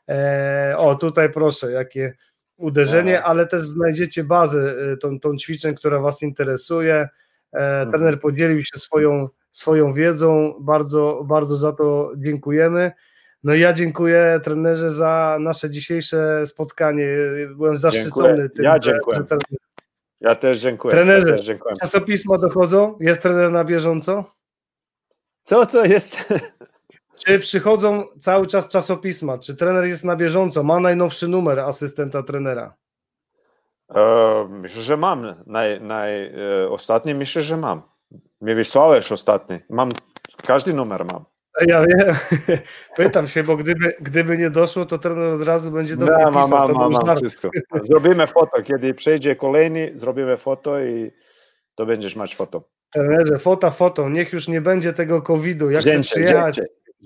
Tutaj proszę, jakie uderzenie, ale też znajdziecie bazę tą ćwiczeń, która was interesuje. Trener podzielił się swoją wiedzą, bardzo, bardzo za to dziękujemy. No i ja dziękuję, trenerze, za nasze dzisiejsze spotkanie. Byłem zaszczycony tym. Ja dziękuję. Ja też dziękuję. Trenerze, czasopisma dochodzą? Jest trener na bieżąco? Co jest? Czy przychodzą cały czas czasopisma? Czy trener jest na bieżąco? Ma najnowszy numer asystenta trenera? Myślę, że mam. Ostatni myślę, że mam. Mi wysłałeś ostatni. Każdy numer mam. Ja wiem. Pytam się, bo gdyby nie doszło, to trener od razu będzie do mnie pisał. Mam wszystko. Zrobimy foto. Kiedy przejdzie kolejny, zrobimy foto i to będziesz mieć foto. Trenerze, foto. Niech już nie będzie tego COVID-u. Jak chcę przyjechać...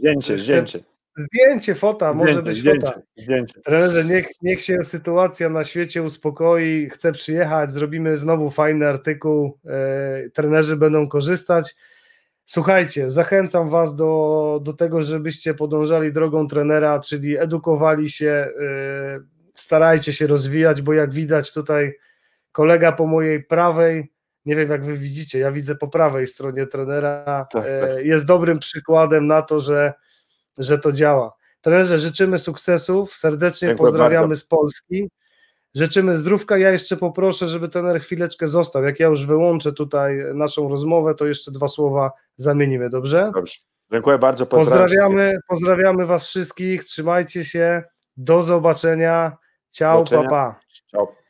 Zdjęcie, fota, może być fota. Trenerze, niech się sytuacja na świecie uspokoi, chcę przyjechać, zrobimy znowu fajny artykuł, trenerzy będą korzystać. Słuchajcie, zachęcam was do tego, żebyście podążali drogą trenera, czyli edukowali się, starajcie się rozwijać, bo jak widać tutaj kolega po mojej prawej nie wiem jak wy widzicie, ja widzę po prawej stronie trenera, Tak. jest dobrym przykładem na to, że to działa. Trenerze, życzymy sukcesów, serdecznie Dziękuję pozdrawiamy bardzo. z Polski, życzymy zdrówka. Ja jeszcze poproszę, żeby trener chwileczkę został. Jak ja już wyłączę tutaj naszą rozmowę, to jeszcze 2 słowa zamienimy, dobrze? Dobrze. Dziękuję bardzo. Pozdrawiamy was wszystkich, trzymajcie się, do zobaczenia, ciao, Do zobaczenia. pa. Ciao.